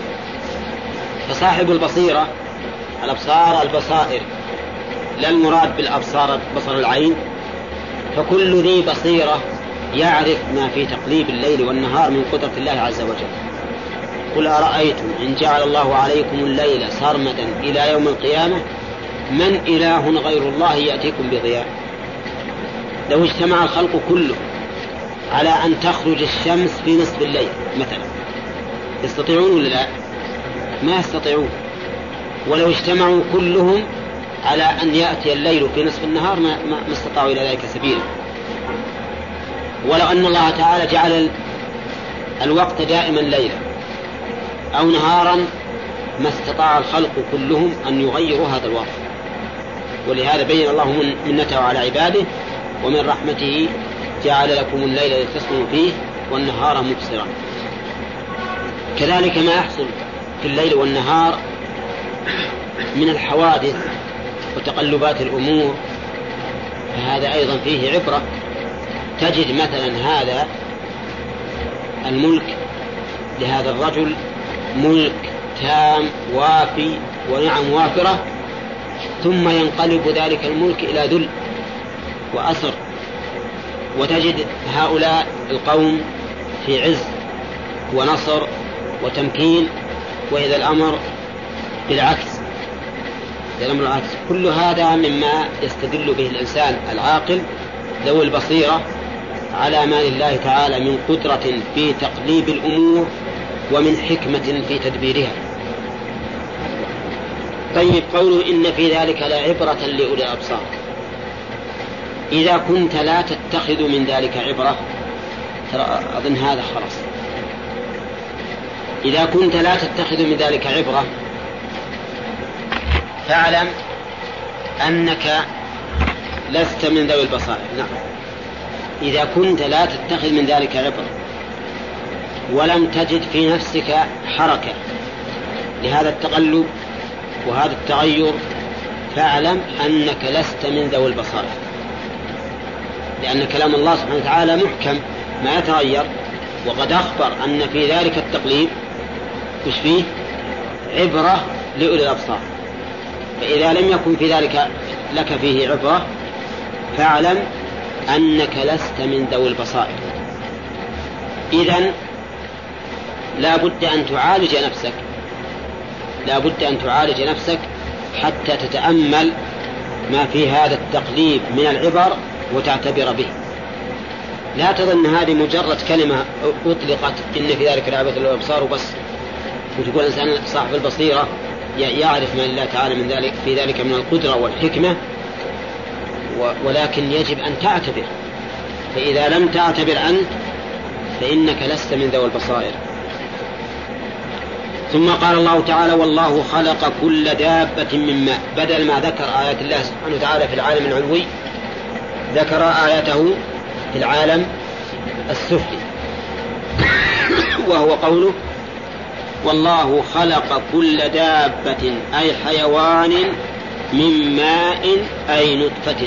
فصاحب البصيرة، الأبصار البصائر، لا المراد بالأبصار بصر العين، فكل ذي بصيرة يعرف ما في تقليب الليل والنهار من قدرة الله عز وجل. قل أرأيتم إن جعل الله عليكم الليل سرمدا إلى يوم القيامة من إله غير الله يأتيكم بضياء. لو اجتمع الخلق كله على أن تخرج الشمس في نصف الليل مثلا، يستطيعون ولا لا؟ ما يستطيعون. ولو اجتمعوا كلهم على أن يأتي الليل في نصف النهار ما استطاعوا إلى ذلك سبيلا. ولو أن الله تعالى جعل الوقت دائما ليلا أو نهارا ما استطاع الخلق كلهم أن يغيروا هذا الوقت. ولهذا بين الله منته على عباده: ومن رحمته جعل لكم الليل لتسكنوا فيه والنهار مبصرا. كذلك ما يحصل في الليل والنهار من الحوادث وتقلبات الأمور، فهذا أيضا فيه عبرة. تجد مثلا هذا الملك لهذا الرجل ملك تام وافي ونعم وافرة، ثم ينقلب ذلك الملك إلى ذل وأسر. وتجد هؤلاء القوم في عز ونصر وتمكين، وإذا الأمر بالعكس. كل هذا مما يستدل به الإنسان العاقل ذوي البصيرة على ما لله تعالى من قدرة في تقليب الأمور ومن حكمة في تدبيرها. طيب، قوله إن في ذلك لعبرة لأولي الأبصار. إذا كنت لا تتخذ من ذلك عبرة، ترى أظن هذا خلاص. إذا كنت لا تتخذ من ذلك عبرة فاعلم أنك لست من ذوي البصائر. نعم، إذا كنت لا تتخذ من ذلك عبرة ولم تجد في نفسك حركة لهذا التقلب وهذا التغير، فاعلم أنك لست من ذوي البصائر، لأن كلام الله سبحانه وتعالى محكم ما يتغير، وقد أخبر أن في ذلك التقليب مش فيه عبرة لأولي الأبصار. فإذا لم يكن في ذلك لك فيه عبرة فاعلم أنك لست من ذوي البصائر. إذن لا بد أن تعالج نفسك، لا بد أن تعالج نفسك حتى تتأمل ما في هذا التقليب من العبر وتعتبر به. لا تظن هذه مجرد كلمة أطلقت إن في ذلك لعبة الأبصار وبس، وتقول إنسان صاحب البصيرة يعرف ما لله تعالى من ذلك في ذلك من القدرة والحكمة، ولكن يجب أن تعتبر. فإذا لم تعتبر أنت فإنك لست من ذوي البصائر. ثم قال الله تعالى: والله خلق كل دابة من ماء. بدل ما ذكر آيات الله سبحانه وتعالى في العالم العلوي ذكر آياته في العالم السفلي، وهو قوله: والله خلق كل دابة أي حيوان من ماء أي نطفة.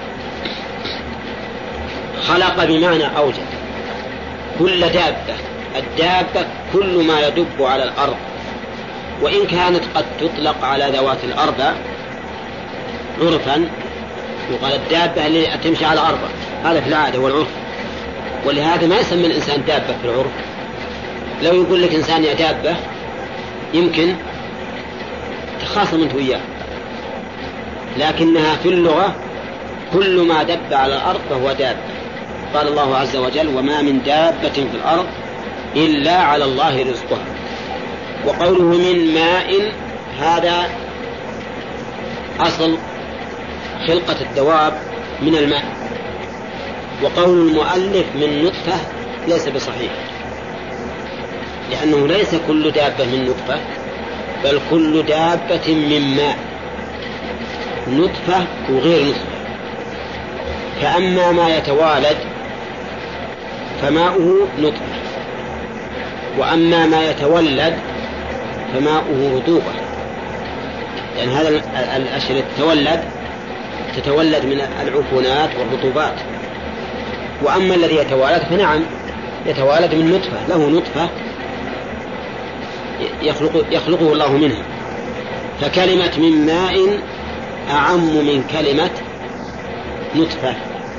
خلق بمعنى أوجد. كل دابة، الدابة كل ما يدب على الأرض، وإن كانت قد تطلق على ذوات الأربع عرفا، يقال الدابة اللي تمشي على أربع، هذا في العادة والعرف. ولهذا ما يسمى الإنسان دابة في العرف. لو يقول لك إنسان يا دابة يمكن تخاصم أنت وياه، لكنها في اللغة كل ما دب على الأرض فهو دابة. قال الله عز وجل: وما من دابة في الأرض إلا على الله رزقها. وقوله من ماء هذا أصل خلقة الدواب من الماء، وقول المؤلف من نطفة ليس بصحيح، لأنه ليس كل دابة من نطفة، بل كل دابة من ماء، نطفة وغير نطفة. فأما ما يتوالد فماؤه نطفة، وأما ما يتولد فماؤه رطوبة، لأن هذا الأشياء تتولد من العفونات والرطوبات. وأما الذي يتوالد فنعم يتوالد من نطفة، له نطفة يخلقه الله منها. فكلمة من ماء أعم من كلمة نطفة،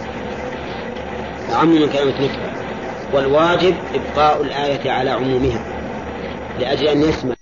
أعم من كلمة نطفة. والواجب إبقاء الآية على عمومها لأجل أن يسمع